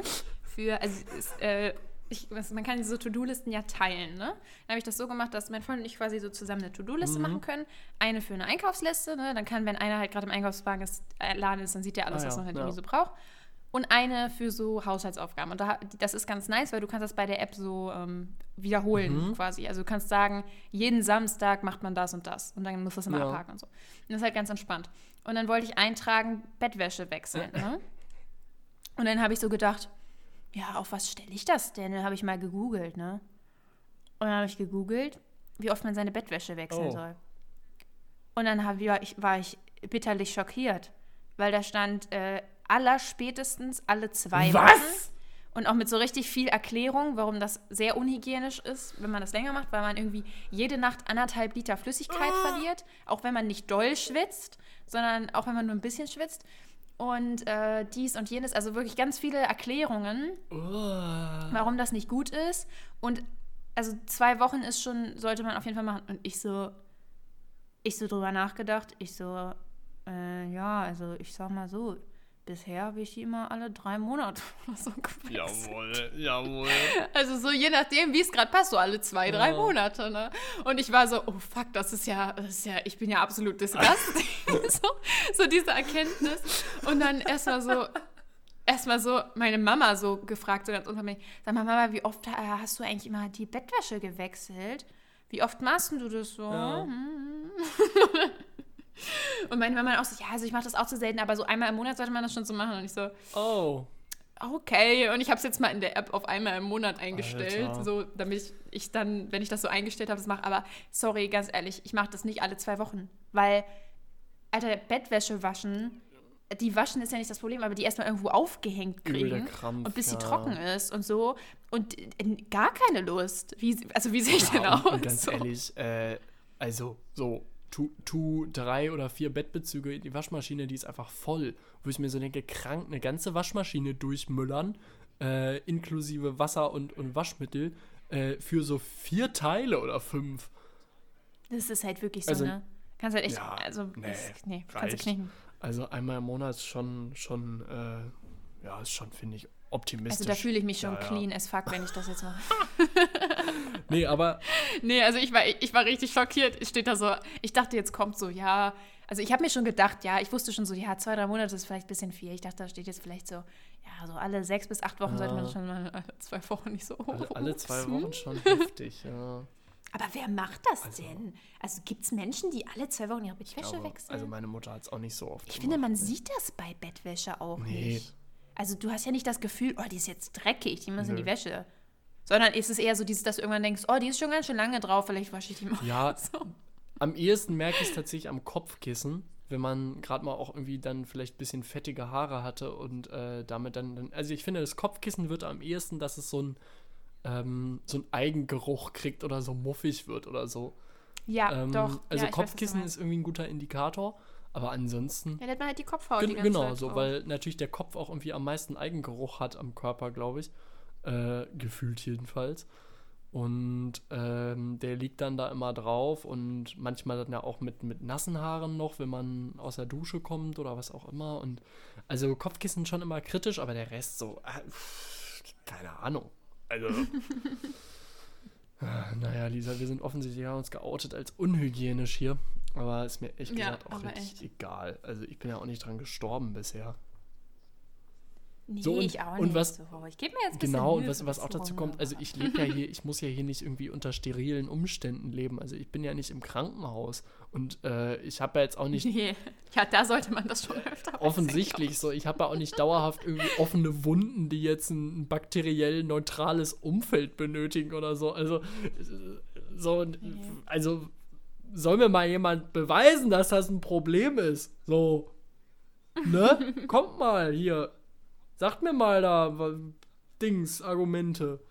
Man kann diese To-Do-Listen ja teilen, ne? Dann habe ich das so gemacht, dass mein Freund und ich quasi so zusammen eine To-Do-Liste machen können. Eine für eine Einkaufsliste, ne? Dann kann, wenn einer halt gerade im Einkaufswagen laden ist, dann sieht er alles, was man halt irgendwie so braucht. Und eine für so Haushaltsaufgaben. Und das ist ganz nice, weil du kannst das bei der App so wiederholen quasi. Also du kannst sagen, jeden Samstag macht man das und das. Und dann musst du das immer abhaken und so. Und das ist halt ganz entspannt. Und dann wollte ich eintragen, Bettwäsche wechseln. Ne? Und dann habe ich so gedacht, ja, auf was stelle ich das denn? Dann habe ich mal gegoogelt, ne? Und dann habe ich gegoogelt, wie oft man seine Bettwäsche wechseln soll. Und dann war ich bitterlich schockiert, weil da stand allerspätestens alle 2 Wochen.
Was?
Und auch mit so richtig viel Erklärung, warum das sehr unhygienisch ist, wenn man das länger macht, weil man irgendwie jede Nacht 1,5 Liter Flüssigkeit verliert, auch wenn man nicht doll schwitzt, sondern auch wenn man nur ein bisschen schwitzt. Und dies und jenes, also wirklich ganz viele Erklärungen, warum das nicht gut ist. Und also 2 Wochen sollte man auf jeden Fall machen. Und ich so drüber nachgedacht, ja, also ich sag mal so, bisher habe ich die immer alle 3 Monate oder so gewechselt.
Jawohl.
Also so je nachdem, wie es gerade passt, so alle 2, 3 Monate, ne? Und ich war so, oh fuck, das ist ja, ich bin ja absolut disgusting. so diese Erkenntnis. Und dann erstmal so meine Mama so gefragt, so ganz unvermittelt, sag mal, Mama, wie oft hast du eigentlich immer die Bettwäsche gewechselt? Wie oft machst du das so?
Ja.
Und meine Mama auch so, ja, also ich mache das auch zu selten, aber so einmal im Monat sollte man das schon so machen. Und ich so, okay. Und ich habe es jetzt mal in der App auf einmal im Monat eingestellt,
Alter.
so damit ich dann, wenn ich das so eingestellt habe, das mache. Aber sorry, ganz ehrlich, ich mache das nicht alle 2 Wochen, weil, Alter, Bettwäsche waschen, die waschen ist ja nicht das Problem, aber die erstmal irgendwo aufgehängt kriegen
Krampf,
und bis sie trocken ist und so und gar keine Lust. Wie sehe ich denn aus?
Und ganz ehrlich, also so 3 oder 4 Bettbezüge in die Waschmaschine, die ist einfach voll. Wo ich mir so denke, krank, eine ganze Waschmaschine durchmüllern, inklusive Wasser und Waschmittel, für so 4 Teile oder 5.
Das ist halt wirklich so,
Also,
ne? Kannst halt echt,
ja,
kannst du
reicht.
knicken.
Also einmal im Monat ist schon, ist schon, finde ich, optimistisch.
Also da fühle ich mich schon
Ja.
clean as fuck, wenn ich das jetzt mache.
Nee, aber
Nee, also ich war richtig schockiert. Steht da so, ich dachte, jetzt kommt so, ja, Also ich habe mir schon gedacht, ja, ich wusste schon so, ja, 2-3 Monate ist vielleicht ein bisschen viel. Ich dachte, da steht jetzt vielleicht so, ja, so alle 6 bis 8 Wochen sollte man das schon mal, alle 2 Wochen nicht so
Alle 2 Wochen schon heftig, ja.
Aber wer macht das denn? Also gibt es Menschen, die alle 2 Wochen ihre Bettwäsche wechseln?
Also meine Mutter hat es auch nicht so oft
Ich finde, man sieht das bei Bettwäsche auch nicht. Also du hast ja nicht das Gefühl, oh, die ist jetzt dreckig, die muss in die Wäsche. Sondern ist es eher so dieses, dass du irgendwann denkst, oh, die ist schon ganz schön lange drauf, vielleicht wasche ich die mal.
Ja, so. Am ehesten merke ich es tatsächlich am Kopfkissen, wenn man gerade mal auch irgendwie dann vielleicht ein bisschen fettige Haare hatte und damit dann, also ich finde, das Kopfkissen wird am ehesten, dass es so ein Eigengeruch kriegt oder so muffig wird oder so.
Ja, doch.
Also
ja,
Kopfkissen ist irgendwie ein guter Indikator, aber ansonsten...
Ja, da hat man halt die Kopfhaut die ganze
Genau,
Zeit
so,
drauf.
weil natürlich der Kopf auch irgendwie am meisten Eigengeruch hat am Körper, glaube ich. Gefühlt jedenfalls. Und der liegt dann da immer drauf und manchmal dann ja auch mit nassen Haaren noch, wenn man aus der Dusche kommt oder was auch immer. Und also Kopfkissen schon immer kritisch, aber der Rest so, keine Ahnung. Also, naja, Lisa, wir sind offensichtlich, haben uns geoutet als unhygienisch hier. Aber ist mir ehrlich gesagt auch richtig egal. Also ich bin ja auch nicht dran gestorben bisher.
Nee,
so,
ich auch
und
nicht.
Was,
so. Ich gebe mir jetzt ein bisschen
genau,
Mühe
und was auch dazu kommt, also ich lebe ja hier, ich muss ja hier nicht irgendwie unter sterilen Umständen leben. Also ich bin ja nicht im Krankenhaus. Und ich habe ja jetzt auch nicht...
Nee. Ja, da sollte man das schon öfter
offensichtlich so. Ich habe ja auch nicht dauerhaft irgendwie offene Wunden, die jetzt ein bakteriell neutrales Umfeld benötigen oder so. Also, also soll mir mal jemand beweisen, dass das ein Problem ist. So, ne? Kommt mal hier. Sagt mir mal da Argumente.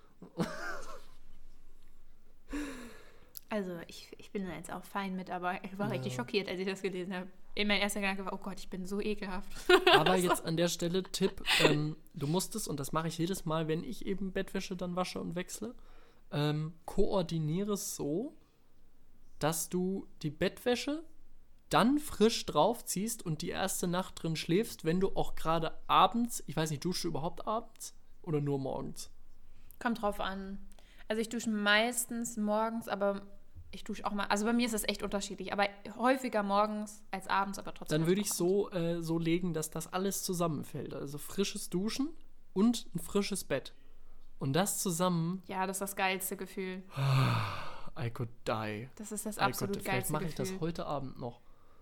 Also, ich bin da jetzt auch fein mit, aber ich war richtig schockiert, als ich das gelesen habe. Mein erster Gedanke war, oh Gott, ich bin so ekelhaft.
Aber jetzt an der Stelle Tipp, du musstest, und das mache ich jedes Mal, wenn ich eben Bettwäsche dann wasche und wechsle, koordiniere es so, dass du die Bettwäsche dann frisch draufziehst und die erste Nacht drin schläfst, wenn du auch gerade abends, ich weiß nicht, duschst du überhaupt abends oder nur morgens?
Kommt drauf an. Also ich dusche meistens morgens, aber ich dusche auch mal, also bei mir ist das echt unterschiedlich, aber häufiger morgens als abends, aber trotzdem.
Dann würde ich so legen, dass das alles zusammenfällt. Also frisches Duschen und ein frisches Bett. Und das zusammen...
Ja, das ist das geilste Gefühl.
I could die.
Das ist das absolut geilste Gefühl.
Vielleicht mache ich das heute Abend noch.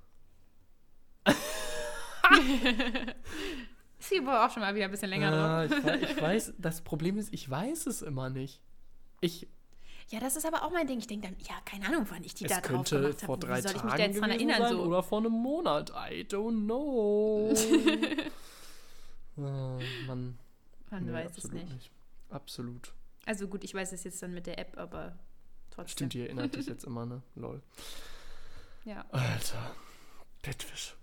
Ist die aber auch schon mal wieder ein bisschen länger drauf.
Ich weiß, das Problem ist, ich weiß es immer nicht.
Ja, das ist aber auch mein Ding. Ich denke dann, ja, keine Ahnung, wann ich die da drauf gemacht habe.
Es könnte vor 3
Wie soll ich
Tagen
mich da jetzt dran erinnern?
sein, oder vor einem Monat. I don't know. Man
weiß es nicht.
Absolut.
Also gut, ich weiß es jetzt dann mit der App, aber trotzdem.
Stimmt, die erinnert dich jetzt immer, ne? Lol.
Ja.
Alter, Bettwäsche.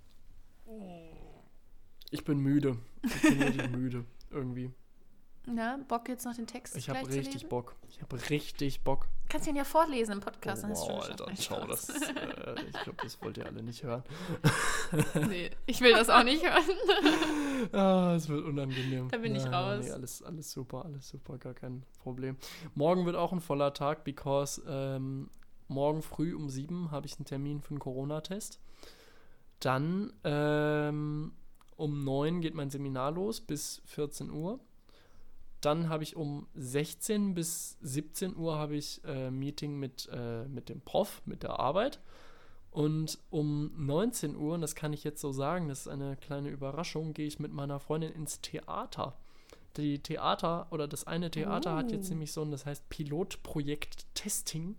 Ich bin müde. Ich bin richtig müde, irgendwie.
Na, Bock jetzt noch den Text
Ich habe richtig Bock.
Kannst du ihn ja vorlesen im Podcast.
Oh, wow, Alter, schau das. Ich glaube, das wollt ihr alle nicht hören.
Nee, ich will das auch nicht hören.
Es wird unangenehm.
Da bin ich raus.
Nee, alles super, gar kein Problem. Morgen wird auch ein voller Tag, because morgen früh um 7 habe ich einen Termin für einen Corona-Test. Dann um 9 geht mein Seminar los bis 14 Uhr. Dann habe ich um 16 bis 17 Uhr habe ich Meeting mit dem Prof, mit der Arbeit. Und um 19 Uhr, und das kann ich jetzt so sagen, das ist eine kleine Überraschung, gehe ich mit meiner Freundin ins Theater. Das eine Theater hat jetzt nämlich so ein, das heißt Pilotprojekt Testing.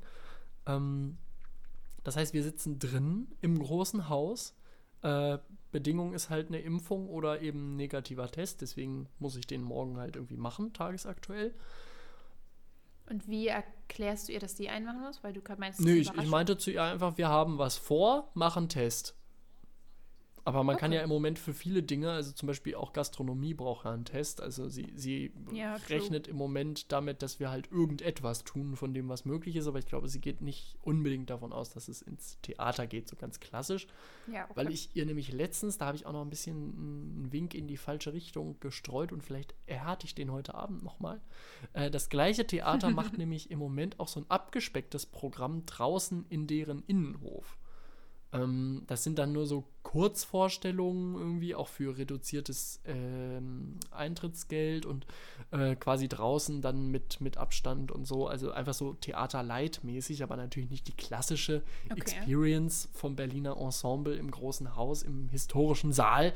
Das heißt, wir sitzen drin im großen Haus. Bedingung ist halt eine Impfung oder eben ein negativer Test, deswegen muss ich den morgen halt irgendwie machen, tagesaktuell.
Und wie erklärst du ihr, dass die einmachen muss? Weil du gerade meinst,
Nö, ich meinte zu ihr einfach, wir haben was vor, mach einen Test. Aber man kann ja im Moment für viele Dinge, also zum Beispiel auch Gastronomie braucht ja einen Test, also sie rechnet im Moment damit, dass wir halt irgendetwas tun von dem, was möglich ist, aber ich glaube, sie geht nicht unbedingt davon aus, dass es ins Theater geht, so ganz klassisch.
Ja, okay.
Weil ich ihr nämlich letztens, da habe ich auch noch ein bisschen einen Wink in die falsche Richtung gestreut und vielleicht errate ich den heute Abend nochmal. Das gleiche Theater macht nämlich im Moment auch so ein abgespecktes Programm draußen in deren Innenhof. Das sind dann nur so Kurzvorstellungen irgendwie, auch für reduziertes Eintrittsgeld und quasi draußen dann mit Abstand und so. Also einfach so Theater-Light-mäßig, aber natürlich nicht die klassische Experience vom Berliner Ensemble im großen Haus, im historischen Saal.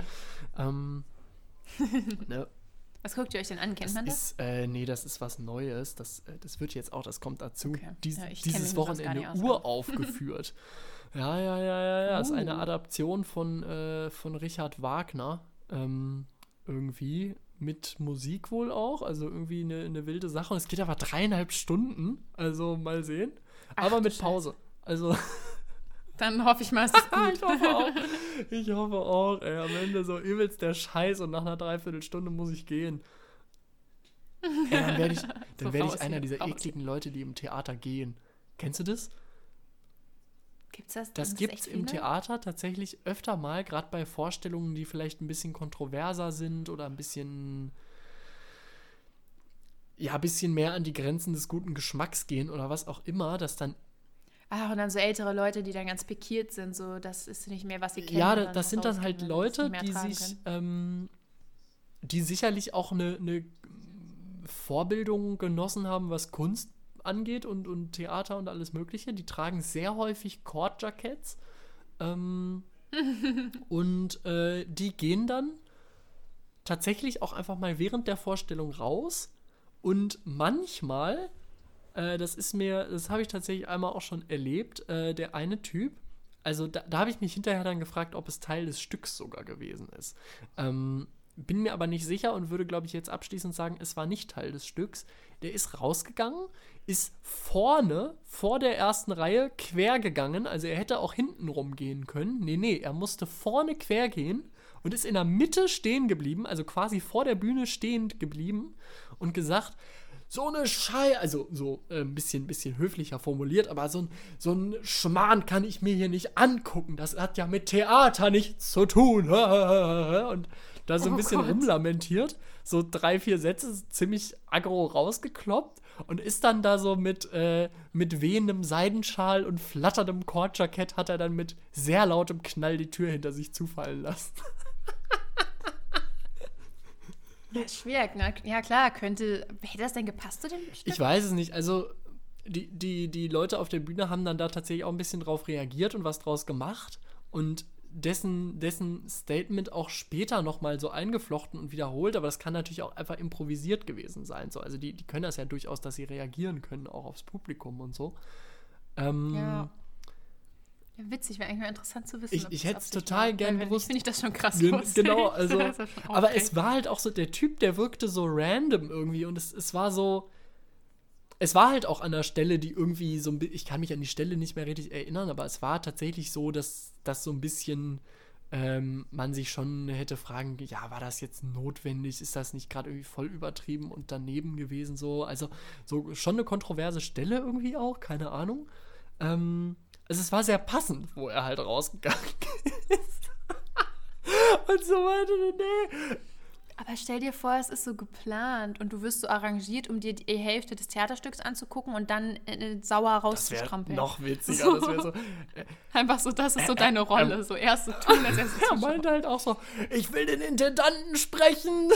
Ne?
Was guckt ihr euch denn an? Kennt man das?
Nee, das ist was Neues. Das wird jetzt auch, das kommt dazu,
Okay.
dieses Wochenende uraufgeführt. Ja. Das ist eine Adaption von Richard Wagner. Irgendwie mit Musik wohl auch. Also irgendwie eine wilde Sache. Und es geht aber 3,5 Stunden. Also mal sehen. Aber mit Pause. Also.
Dann hoffe ich mal, es ist gut.
Ich hoffe auch. Ey, am Ende so übelst der Scheiß und nach einer Dreiviertelstunde muss ich gehen. Ey, dann werde ich einer dieser ekligen Leute, die im Theater gehen. Kennst du das?
Gibt's das?
Das gibt's im Theater tatsächlich öfter mal, gerade bei Vorstellungen, die vielleicht ein bisschen kontroverser sind oder ein bisschen mehr an die Grenzen des guten Geschmacks gehen oder was auch immer, dass dann
und dann so ältere Leute, die dann ganz pikiert sind, so, das ist nicht mehr, was sie kennen.
Ja, das sind dann halt Leute, die sicherlich auch eine Vorbildung genossen haben, was Kunst angeht und Theater und alles Mögliche. Die tragen sehr häufig Kordjacketts und die gehen dann tatsächlich auch einfach mal während der Vorstellung raus und manchmal das habe ich tatsächlich einmal auch schon erlebt, der eine Typ, also da habe ich mich hinterher dann gefragt, ob es Teil des Stücks sogar gewesen ist. Bin mir aber nicht sicher und würde, glaube ich, jetzt abschließend sagen, es war nicht Teil des Stücks. Der ist rausgegangen, ist vorne, vor der ersten Reihe, quer gegangen, also er hätte auch hinten rumgehen können. Nee, er musste vorne quer gehen und ist in der Mitte stehen geblieben, also quasi vor der Bühne stehend geblieben und gesagt, so eine also so ein bisschen höflicher formuliert, aber so ein Schmarrn kann ich mir hier nicht angucken. Das hat ja mit Theater nichts zu tun. Und da so ein bisschen rumlamentiert. So 3-4 Sätze ziemlich aggro rausgekloppt und ist dann da so mit wehendem Seidenschal und flatterndem Kordjackett hat er dann mit sehr lautem Knall die Tür hinter sich zufallen lassen.
Ja, schwierig, ne? Ja, klar, hätte das denn gepasst zu dem Stück?
Ich weiß es nicht, also die Leute auf der Bühne haben dann da tatsächlich auch ein bisschen drauf reagiert und was draus gemacht und dessen Statement auch später nochmal so eingeflochten und wiederholt, aber das kann natürlich auch einfach improvisiert gewesen sein, so. Also die können das ja durchaus, dass sie reagieren können, auch aufs Publikum und so.
Ja, witzig, wäre eigentlich mal interessant zu wissen.
Ich hätte es total gern gewusst.
Finde ich das schon krass.
Genau, also. Aber es war halt auch so, der Typ, der wirkte so random irgendwie und es war so. Es war halt auch an der Stelle, die irgendwie so ein bisschen. Ich kann mich an die Stelle nicht mehr richtig erinnern, aber es war tatsächlich so, dass das so ein bisschen. Man sich schon hätte fragen, ja, war das jetzt notwendig? Ist das nicht gerade irgendwie voll übertrieben und daneben gewesen so? Also so schon eine kontroverse Stelle irgendwie auch, keine Ahnung. Also es war sehr passend, wo er halt rausgegangen ist. Und so weiter, nee.
Aber stell dir vor, es ist so geplant und du wirst so arrangiert, um dir die Hälfte des Theaterstücks anzugucken und dann sauer rauszustrampeln.
Das wäre noch witziger. So. Das wäre so.
Einfach so, das ist so deine Rolle. So erst so tun, als erst
Er meinte halt auch so, ich will den Intendanten sprechen.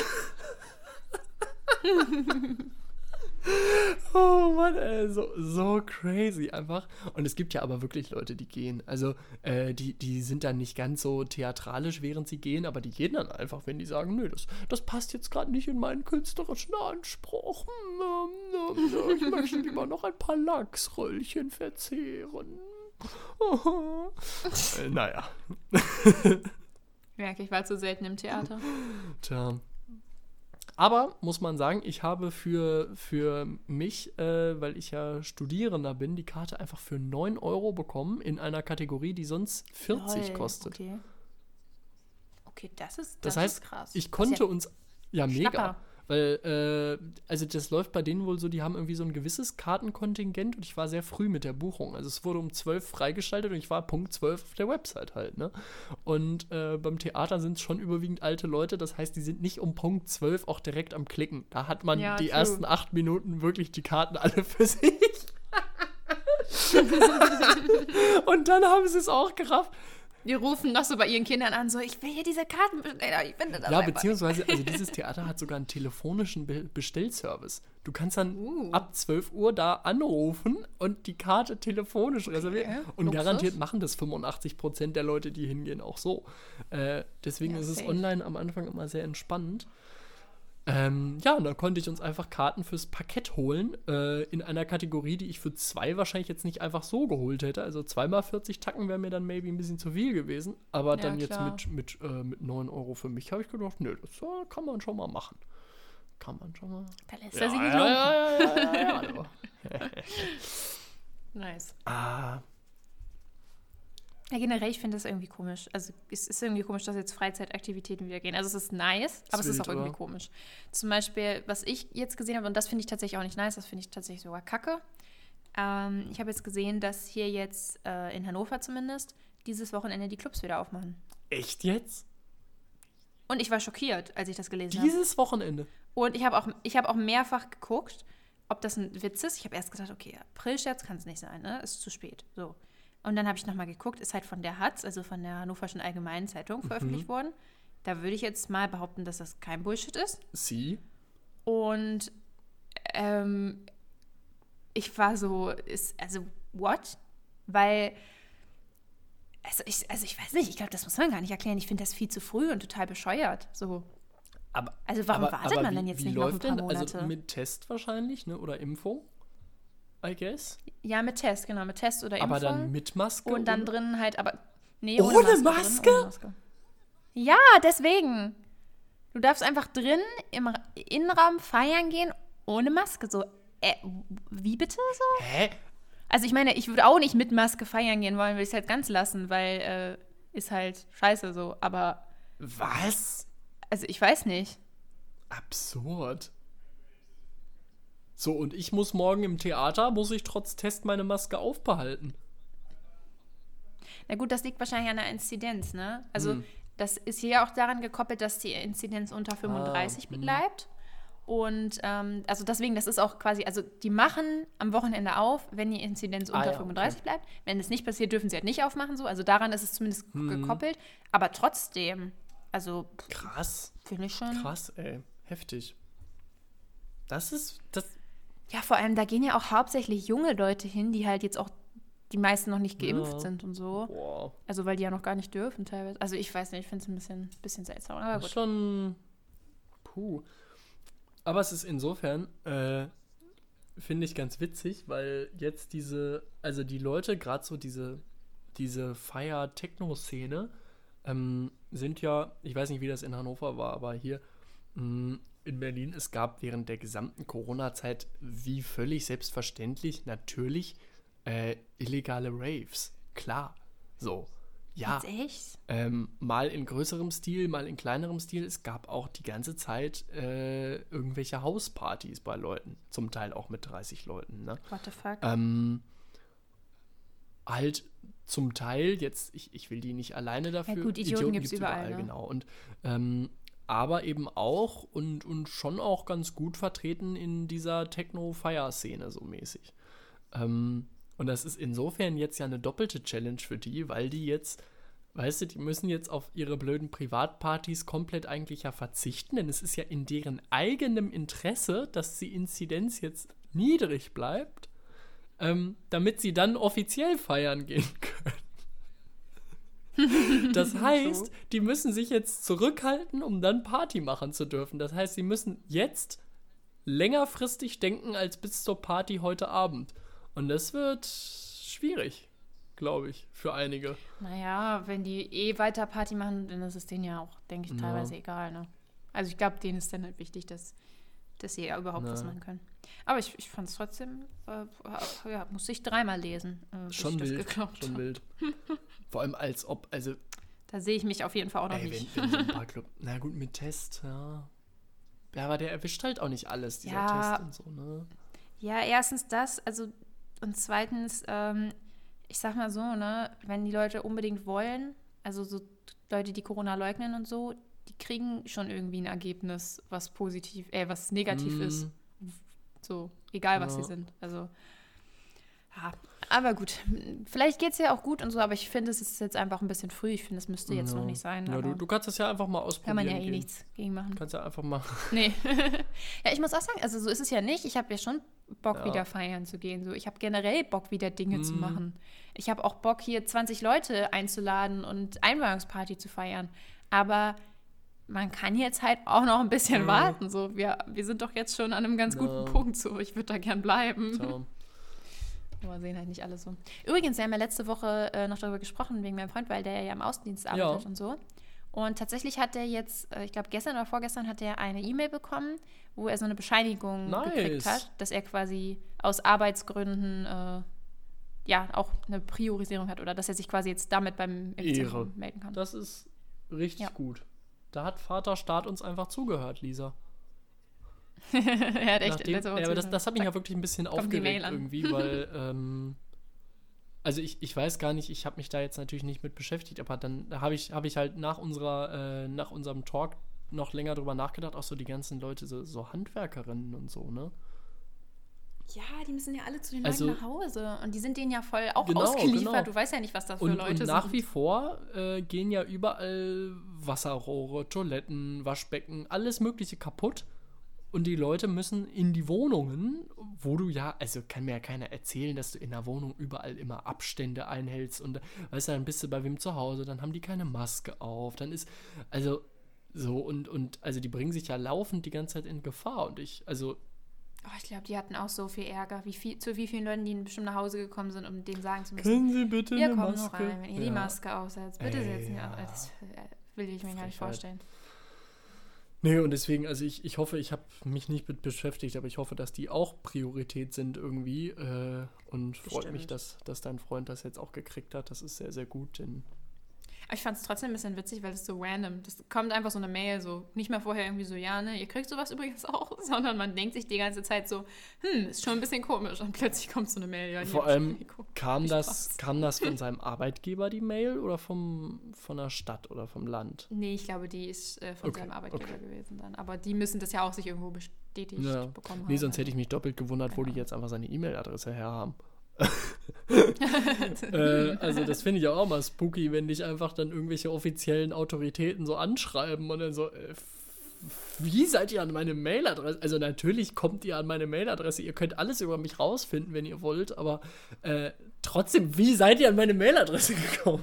Oh Mann, ey, so crazy einfach. Und es gibt ja aber wirklich Leute, die gehen. Also, die sind dann nicht ganz so theatralisch, während sie gehen, aber die gehen dann einfach, wenn die sagen, nö, das passt jetzt gerade nicht in meinen künstlerischen Anspruch. Ich möchte lieber noch ein paar Lachsröllchen verzehren. Naja.
Merke, ich war zu selten im Theater.
Tja. Aber, muss man sagen, ich habe für mich, weil ich ja Studierender bin, die Karte einfach für 9 € bekommen in einer Kategorie, die sonst 40 kostet.
Okay,
das heißt,
ist krass.
Ich konnte ja mega.
Schnapper.
Weil, also das läuft bei denen wohl so, die haben irgendwie so ein gewisses Kartenkontingent und ich war sehr früh mit der Buchung. Also es wurde um 12 freigeschaltet und ich war Punkt 12 auf der Website halt, ne? Und beim Theater sind es schon überwiegend alte Leute, das heißt, die sind nicht um Punkt 12 auch direkt am Klicken. Da hat man die ersten 8 Minuten wirklich die Karten alle für sich. Und dann haben sie es auch gerafft.
Die rufen noch so bei ihren Kindern an, so, ich will hier diese Karten bestellen, ich finde das
Ja,
einfach
beziehungsweise, also dieses Theater hat sogar einen telefonischen Bestellservice. Du kannst dann ab 12 Uhr da anrufen und die Karte telefonisch reservieren.
Okay.
Und
Luxus.
garantiert machen das 85% der Leute, die hingehen, auch so. Deswegen
Ja,
ist es
safe.
online am Anfang immer sehr entspannend. Ja, und dann konnte ich uns einfach Karten fürs Parkett holen, in einer Kategorie, die ich für 2 wahrscheinlich jetzt nicht einfach so geholt hätte. Also 2 mal 40 Tacken wäre mir dann maybe ein bisschen zu viel gewesen. Aber
Ja,
dann
klar.
jetzt mit 9 Euro für mich habe ich gedacht, nö, das kann man schon mal machen. Kann man schon mal.
Da lässt er sich nicht lumpen.
Ja.
Nice.
Ah,
Ja, generell, ich finde das irgendwie komisch. Also es ist irgendwie komisch, dass jetzt Freizeitaktivitäten wieder gehen. Also es ist nice, aber es ist
wild,
auch irgendwie
oder?
komisch. Zum Beispiel, was ich jetzt gesehen habe, und das finde ich tatsächlich auch nicht nice, das finde ich tatsächlich sogar kacke. Ich habe jetzt gesehen, dass hier jetzt in Hannover zumindest dieses Wochenende die Clubs wieder aufmachen.
echt jetzt?
Und ich war schockiert, als ich das gelesen habe.
Dieses Wochenende?
Und ich habe auch mehrfach geguckt, ob das ein Witz ist. Ich habe erst gedacht, okay, Aprilscherz kann es nicht sein, ne? Ist zu spät. So. Und dann habe ich nochmal geguckt, ist halt von der Hatz, also von der Hannoverschen Allgemeinen Zeitung, veröffentlicht worden. Da würde ich jetzt mal behaupten, dass das kein Bullshit ist.
Sie?
Und ich war so, what? Weil, ich weiß nicht, ich glaube, das muss man gar nicht erklären. Ich finde das viel zu früh und total bescheuert. So.
Aber,
Also warum wartet man
wie,
denn jetzt
wie
nicht noch ein
läuft
paar
denn?
Monate?
Also mit Test wahrscheinlich, ne? Oder Impfung? I guess.
Ja, mit Test, genau, mit Test oder Impfung.
Aber dann mit Maske?
Und dann
oder?
drinnen halt, aber nee,
Ohne
Maske?
Maske?
Ohne Maske. Ja, deswegen. Du darfst einfach drin im Innenraum feiern gehen ohne Maske. So, wie bitte so?
Hä?
Also ich meine, ich würde auch nicht mit Maske feiern gehen wollen, will ich es halt ganz lassen, weil ist halt scheiße so. Aber,
Was?
also ich weiß nicht.
Absurd. So, und ich muss morgen im Theater, muss ich trotz Test meine Maske aufbehalten.
Na gut, das liegt wahrscheinlich an der Inzidenz, ne? Also
Hm.
das ist hier auch daran gekoppelt, dass die Inzidenz unter 35 bleibt. Und also deswegen, das ist auch quasi, also die machen am Wochenende auf, wenn die Inzidenz unter
ja,
35 bleibt. Wenn das nicht passiert, dürfen sie halt nicht aufmachen, so. Also daran ist es zumindest gekoppelt. Aber trotzdem, also
Krass.
finde ich schon.
Krass, ey. Heftig. Das.
Ja, vor allem, da gehen ja auch hauptsächlich junge Leute hin, die halt jetzt auch die meisten noch nicht geimpft
Ja.
sind und so.
Boah.
Also weil die ja noch gar nicht dürfen teilweise. Also ich weiß nicht, ich finde es ein bisschen seltsam. Aber
Das ist
gut.
schon. Puh. Aber es ist insofern, finde ich ganz witzig, weil jetzt also die Leute, gerade so diese Feier-Techno-Szene, sind ja, ich weiß nicht, wie das in Hannover war, aber hier in Berlin, es gab während der gesamten Corona-Zeit wie völlig selbstverständlich natürlich illegale Raves. Klar. So. Ja.
Jetzt echt?
Mal in größerem Stil, mal in kleinerem Stil. Es gab auch die ganze Zeit irgendwelche Hauspartys bei Leuten. Zum Teil auch mit 30 Leuten. Ne?
What the fuck?
Halt zum Teil, jetzt, ich will die nicht alleine dafür.
Ja gut, Idioten gibt's überall, ne?
Genau. Und, aber eben auch und schon auch ganz gut vertreten in dieser Techno-Feier-Szene so mäßig. Und das ist insofern jetzt ja eine doppelte Challenge für die, weil die jetzt, weißt du, die müssen jetzt auf ihre blöden Privatpartys komplett eigentlich ja verzichten, denn es ist ja in deren eigenem Interesse, dass die Inzidenz jetzt niedrig bleibt, damit sie dann offiziell feiern gehen können. Das heißt, die müssen sich jetzt zurückhalten, um dann Party machen zu dürfen. Das heißt, sie müssen jetzt längerfristig denken als bis zur Party heute Abend. Und das wird schwierig, glaube ich, für einige.
Naja, wenn die weiter Party machen, dann ist es denen ja auch, denke ich, teilweise egal, ne? Also ich glaube, denen ist dann halt wichtig, dass sie ja überhaupt was machen können. Aber ich fand es trotzdem, musste ich 3-mal lesen, bis
Schon
ich das
wild,
geglaubt
schon
habe.
wild. Vor allem als ob, also,
Da sehe ich mich auf jeden Fall auch noch nicht.
wenn so ein paar Club, na gut, mit Test, ja. Ja, aber der erwischt halt auch nicht alles, dieser
Ja.
Test und so, ne?
Ja, erstens das, also und zweitens, ich sag mal so, ne, wenn die Leute unbedingt wollen, also so Leute, die Corona leugnen und so, die kriegen schon irgendwie ein Ergebnis, was was negativ ist. So, egal was sie sind. Also Ja, aber gut, vielleicht geht es ja auch gut und so, aber ich finde, es ist jetzt einfach ein bisschen früh. Ich finde, es müsste jetzt noch nicht sein.
Ja,
aber
du kannst das ja einfach mal ausprobieren.
kann man ja
gehen.
nichts gegen machen.
Kannst ja einfach mal.
Nee. Ja, ich muss auch sagen, also so ist es ja nicht. Ich habe ja schon Bock, wieder feiern zu gehen. So, ich habe generell Bock, wieder Dinge zu machen. Ich habe auch Bock, hier 20 Leute einzuladen und Einweihungsparty zu feiern. Aber man kann jetzt halt auch noch ein bisschen warten. So, wir sind doch jetzt schon an einem ganz guten Punkt. So, ich würde da gern bleiben.
So.
Aber sehen halt nicht alle so. Übrigens, wir haben ja letzte Woche noch darüber gesprochen, wegen meinem Freund, weil der ja im Außendienst arbeitet und so. Und tatsächlich hat er jetzt, ich glaube gestern oder vorgestern, hat er eine E-Mail bekommen, wo er so eine Bescheinigung gekriegt hat, dass er quasi aus Arbeitsgründen auch eine Priorisierung hat oder dass er sich quasi jetzt damit beim Impfzentrum melden kann.
Das ist richtig gut. Da hat Vaterstaat uns einfach zugehört, Lisa.
Er hat echt
aber das hat mich ja wirklich ein bisschen aufgeregt irgendwie, weil also ich weiß gar nicht, ich habe mich da jetzt natürlich nicht mit beschäftigt, aber dann habe ich halt nach unserem Talk noch länger drüber nachgedacht, auch so die ganzen Leute, so Handwerkerinnen und so, ne?
Ja, die müssen ja alle zu den Leuten nach Hause und die sind denen ja voll auch ausgeliefert. Genau. Du weißt ja nicht, was das für Leute sind.
Und nach wie vor gehen ja überall Wasserrohre, Toiletten, Waschbecken, alles Mögliche kaputt. Und die Leute müssen in die Wohnungen, wo du also kann mir ja keiner erzählen, dass du in der Wohnung überall immer Abstände einhältst und weißt du, dann bist du bei wem zu Hause, dann haben die keine Maske auf, dann ist, also so und also die bringen sich ja laufend die ganze Zeit in Gefahr und ich
glaube, die hatten auch so viel Ärger, zu wie vielen Leuten, die bestimmt nach Hause gekommen sind, um denen sagen zu müssen,
können Sie bitte eine Maske?
Ihr kommt nur rein, wenn ihr die Maske aufsetzt, bitte setzen Sie auf. Das will ich mir gar nicht vorstellen.
Nee, und deswegen, also ich hoffe, ich habe mich nicht mit beschäftigt, aber ich hoffe, dass die auch Priorität sind irgendwie und freut mich, dass dein Freund das jetzt auch gekriegt hat. Das ist sehr, sehr gut, denn
Aber ich fand es trotzdem ein bisschen witzig, weil es so random, das kommt einfach so eine Mail, so nicht mehr vorher irgendwie so, ja, ne, ihr kriegt sowas übrigens auch, sondern man denkt sich die ganze Zeit so, ist schon ein bisschen komisch und plötzlich kommt so eine Mail. Ja,
vor allem kam das von seinem Arbeitgeber, die Mail, oder von der Stadt oder vom Land?
Nee, ich glaube, die ist von seinem Arbeitgeber gewesen dann. Aber die müssen das ja auch sich irgendwo bestätigt bekommen haben.
Nee, sonst hätte ich mich doppelt gewundert, wo die jetzt einfach seine E-Mail-Adresse her haben. Also das finde ich auch mal spooky, wenn dich einfach dann irgendwelche offiziellen Autoritäten so anschreiben und dann so, wie seid ihr an meine Mailadresse? Also natürlich kommt ihr an meine Mailadresse, ihr könnt alles über mich rausfinden, wenn ihr wollt, aber trotzdem, wie seid ihr an meine Mailadresse gekommen?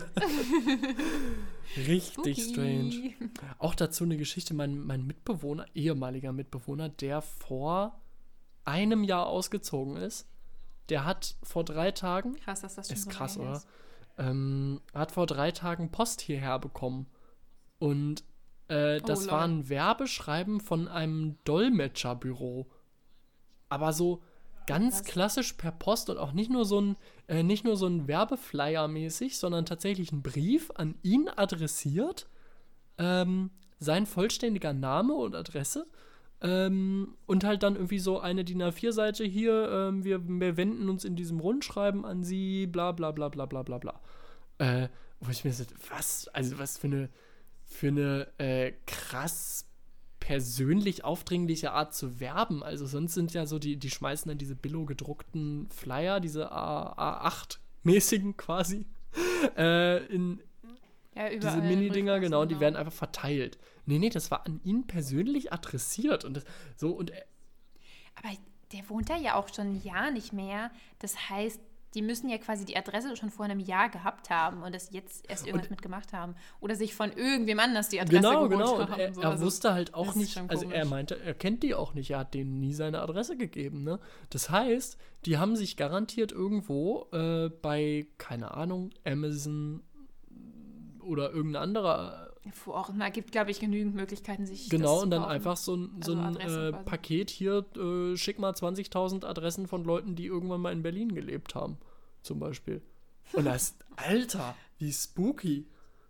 Richtig strange. Auch dazu eine Geschichte, mein Mitbewohner, ehemaliger Mitbewohner, der vor einem Jahr ausgezogen ist, der hat vor 3 Tagen,
krass, dass das schon
ist
so
krass,
lange
oder?
ist.
Hat vor 3 Tagen Post hierher bekommen. Und das war ein Werbeschreiben von einem Dolmetscherbüro. Aber so ganz klassisch per Post und auch nicht nur so ein Werbeflyer mäßig, sondern tatsächlich ein Brief an ihn adressiert. Sein vollständiger Name und Adresse. Und halt dann irgendwie so eine DIN A4-Seite hier, wir wenden uns in diesem Rundschreiben an Sie, bla bla bla bla bla bla bla. Wo ich mir so, was für eine krass persönlich aufdringliche Art zu werben. Also sonst sind ja so, die schmeißen dann diese billo gedruckten Flyer, diese A8-mäßigen quasi, diese Mini-Dinger, genau, die werden einfach verteilt. Nee, das war an ihn persönlich adressiert. Und
aber der wohnt da ja auch schon ein Jahr nicht mehr. Das heißt, die müssen ja quasi die Adresse schon vor einem Jahr gehabt haben und das jetzt erst irgendwas mitgemacht haben. Oder sich von irgendwem anders die Adresse geholt haben.
Und er wusste halt auch nicht, also er meinte, er kennt die auch nicht. Er hat denen nie seine Adresse gegeben, ne? Das heißt, die haben sich garantiert irgendwo bei, keine Ahnung, Amazon oder irgendein anderer
wo auch immer, gibt, glaube ich, genügend Möglichkeiten, sich
genau, und dann einfach so ein Paket hier, schick mal 20.000 Adressen von Leuten, die irgendwann mal in Berlin gelebt haben, zum Beispiel. Und das, Alter, wie spooky.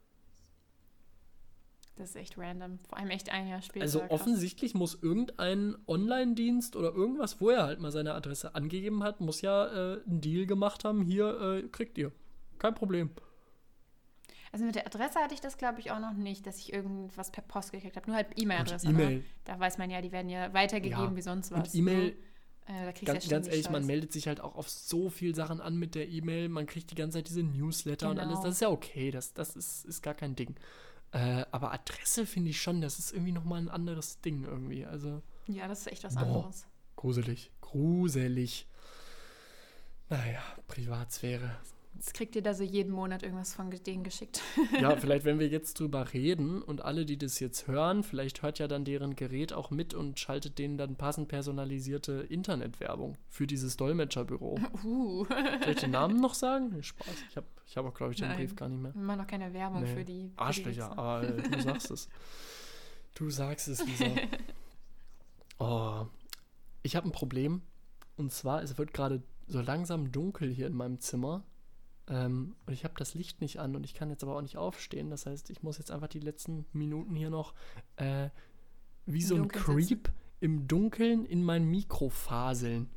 Das ist echt random, vor allem echt ein Jahr später.
Also offensichtlich muss irgendein Online-Dienst oder irgendwas, wo er halt mal seine Adresse angegeben hat, muss ja einen Deal gemacht haben, hier kriegt ihr. Kein Problem.
Also mit der Adresse hatte ich das, glaube ich, auch noch nicht, dass ich irgendwas per Post gekriegt habe. Nur halt E-Mail-Adresse.
E-Mail.
Da weiß man ja, die werden ja weitergegeben wie sonst was.
Und E-Mail,
Da kriegst du
Ganz
ständig
ehrlich, man
Scheiß.
meldet sich halt auch auf so viel Sachen an mit der E-Mail. Man kriegt die ganze Zeit diese Newsletter und
Genau.
alles. Das ist ja okay. Das ist gar kein Ding. Aber Adresse finde ich schon, das ist irgendwie nochmal ein anderes Ding irgendwie. Also,
Ja, das ist echt was
Boah.
anderes.
gruselig. Naja, Privatsphäre.
Jetzt kriegt ihr da so jeden Monat irgendwas von denen geschickt.
Ja, vielleicht, wenn wir jetzt drüber reden und alle, die das jetzt hören, vielleicht hört ja dann deren Gerät auch mit und schaltet denen dann passend personalisierte Internetwerbung für dieses Dolmetscherbüro. Soll ich den Namen noch sagen? Nee, Spaß. Ich hab auch, glaube ich, den
Nein.
Brief gar nicht mehr.
Wir machen noch keine Werbung
Nee.
für die.
Arschlöcher,
Wichser.
aber du sagst es. Du sagst es, Lisa. Oh, ich habe ein Problem. Und zwar, es wird gerade so langsam dunkel hier in meinem Zimmer. Und ich habe das Licht nicht an und ich kann jetzt aber auch nicht aufstehen. Das heißt, ich muss jetzt einfach die letzten Minuten hier noch wie so ein
Dunkeln
Creep
sitzen.
im Dunkeln in mein Mikro faseln.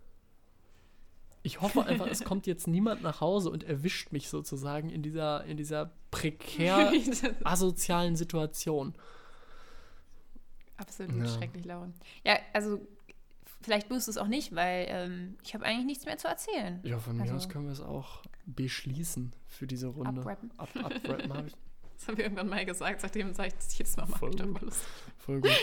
Ich hoffe einfach, es kommt jetzt niemand nach Hause und erwischt mich sozusagen in dieser prekär asozialen Situation.
Absolut
Ja.
schrecklich, Lauren. Ja, also vielleicht musst du es auch nicht, weil ich habe eigentlich nichts mehr zu erzählen.
Ja, von mir
Also-
aus können wir es auch beschließen für diese Runde.
Abrappen.
Abrappen habe ich.
Das haben wir irgendwann mal gesagt, seitdem sage ich das jedes Mal
Voll
ich doch
gut.
mal Lust.
Voll gut.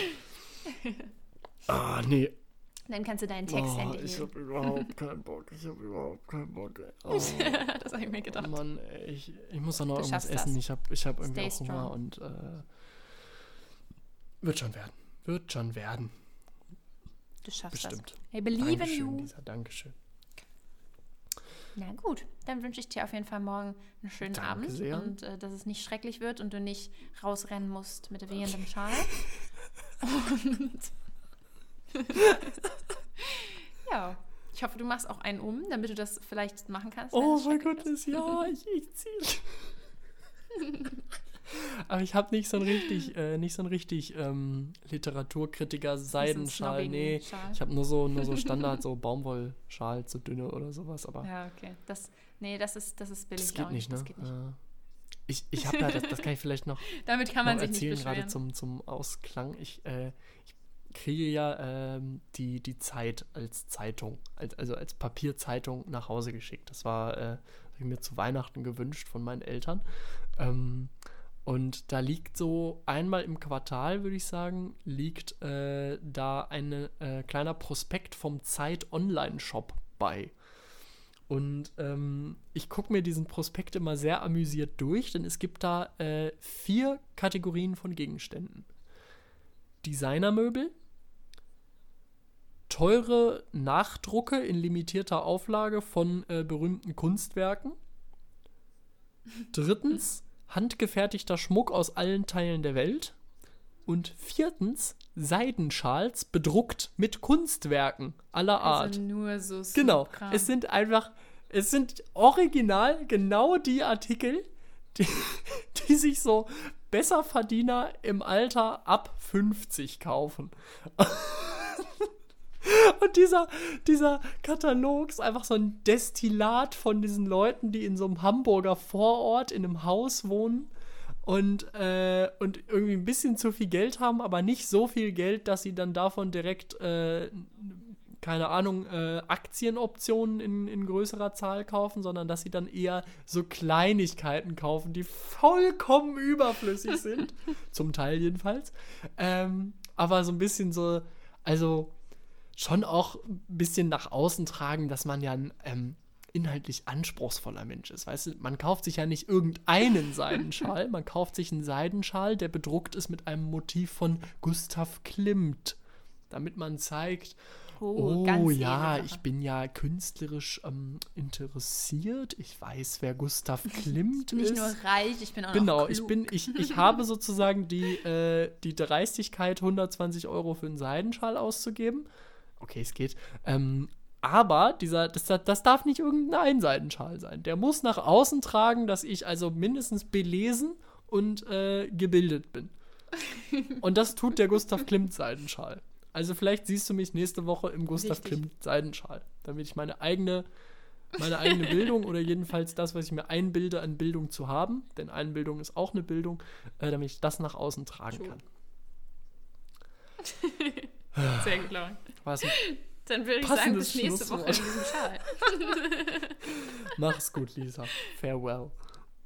Nee.
Dann kannst du deinen Text
Ich
endlich.
habe überhaupt keinen Bock. Ey. Oh,
Das habe ich mir gedacht.
Mann, ey, ich muss doch noch
Du
irgendwas
schaffst
essen.
das.
Ich hab irgendwie
Stay
auch Hunger
strong.
und wird schon werden. Wird schon werden.
Du schaffst
Bestimmt.
das. I believe in
Dankeschön,
you.
Lisa, Dankeschön.
Na gut, dann wünsche ich dir auf jeden Fall morgen einen schönen
Danke
Abend
sehr.
und dass es nicht schrecklich wird und du nicht rausrennen musst mit wehendem Schal. Und ja, ich hoffe, du machst auch einen damit du das vielleicht machen kannst. wenn
Oh
es
mein
schrecklich
Gott,
ist.
ja, ich ziehe. Aber ich habe nicht so ein richtig Literaturkritiker Seidenschal.
snobbigen
Nee,
Schal.
ich habe nur so Standard, so Baumwollschal, so dünne oder sowas. Aber
Ja, okay. Das ist billig.
das geht
auch
nicht, ne?
Das geht nicht.
Ich habe ja, das kann ich vielleicht noch
Damit kann man
noch
sich nicht
erzählen, gerade
beschweren.
zum Ausklang. Ich kriege ja die Zeit als Zeitung, also als Papierzeitung nach Hause geschickt. Das war hab ich mir zu Weihnachten gewünscht von meinen Eltern. Und da liegt so einmal im Quartal, würde ich sagen, liegt da ein kleiner Prospekt vom Zeit-Online-Shop bei. Und ich gucke mir diesen Prospekt immer sehr amüsiert durch, denn es gibt da 4 Kategorien von Gegenständen. Designermöbel, teure Nachdrucke in limitierter Auflage von berühmten Kunstwerken. Drittens, handgefertigter Schmuck aus allen Teilen der Welt. Und 4, Seidenschals bedruckt mit Kunstwerken aller Art.
Also nur so
Genau,
Kram.
es sind original genau die Artikel, die sich so Besserverdiener im Alter ab 50 kaufen. Und dieser Katalog ist einfach so ein Destillat von diesen Leuten, die in so einem Hamburger Vorort in einem Haus wohnen und irgendwie ein bisschen zu viel Geld haben, aber nicht so viel Geld, dass sie dann davon direkt keine Ahnung, Aktienoptionen in größerer Zahl kaufen, sondern dass sie dann eher so Kleinigkeiten kaufen, die vollkommen überflüssig sind. Zum Teil jedenfalls. Aber so ein bisschen so, also schon auch ein bisschen nach außen tragen, dass man ja ein inhaltlich anspruchsvoller Mensch ist. Weißt du, man kauft sich ja nicht irgendeinen Seidenschal, man kauft sich einen Seidenschal, der bedruckt ist mit einem Motiv von Gustav Klimt, damit man zeigt,
ganz
ja,
edle Sache.
ich bin ja künstlerisch interessiert. Ich weiß, wer Gustav Klimt
Nicht
ist.
nur reich, ich bin auch
Genau,
noch klug.
ich habe sozusagen die Dreistigkeit, 120 € für einen Seidenschal auszugeben. Okay, es geht. Aber das darf nicht irgendein Seidenschal sein. Der muss nach außen tragen, dass ich also mindestens belesen und gebildet bin. Und das tut der Gustav Klimt Seidenschal. Also vielleicht siehst du mich nächste Woche im Gustav
Richtig.
Klimt Seidenschal, damit ich meine eigene Bildung oder jedenfalls das, was ich mir einbilde, an Bildung zu haben, denn Einbildung ist auch eine Bildung, damit ich das nach außen tragen
True.
kann.
Sehr gut, Lauren.
War es ein
Dann würde ich sagen, bis nächste Woche in diesem Schal.
Mach's gut, Lisa. Farewell.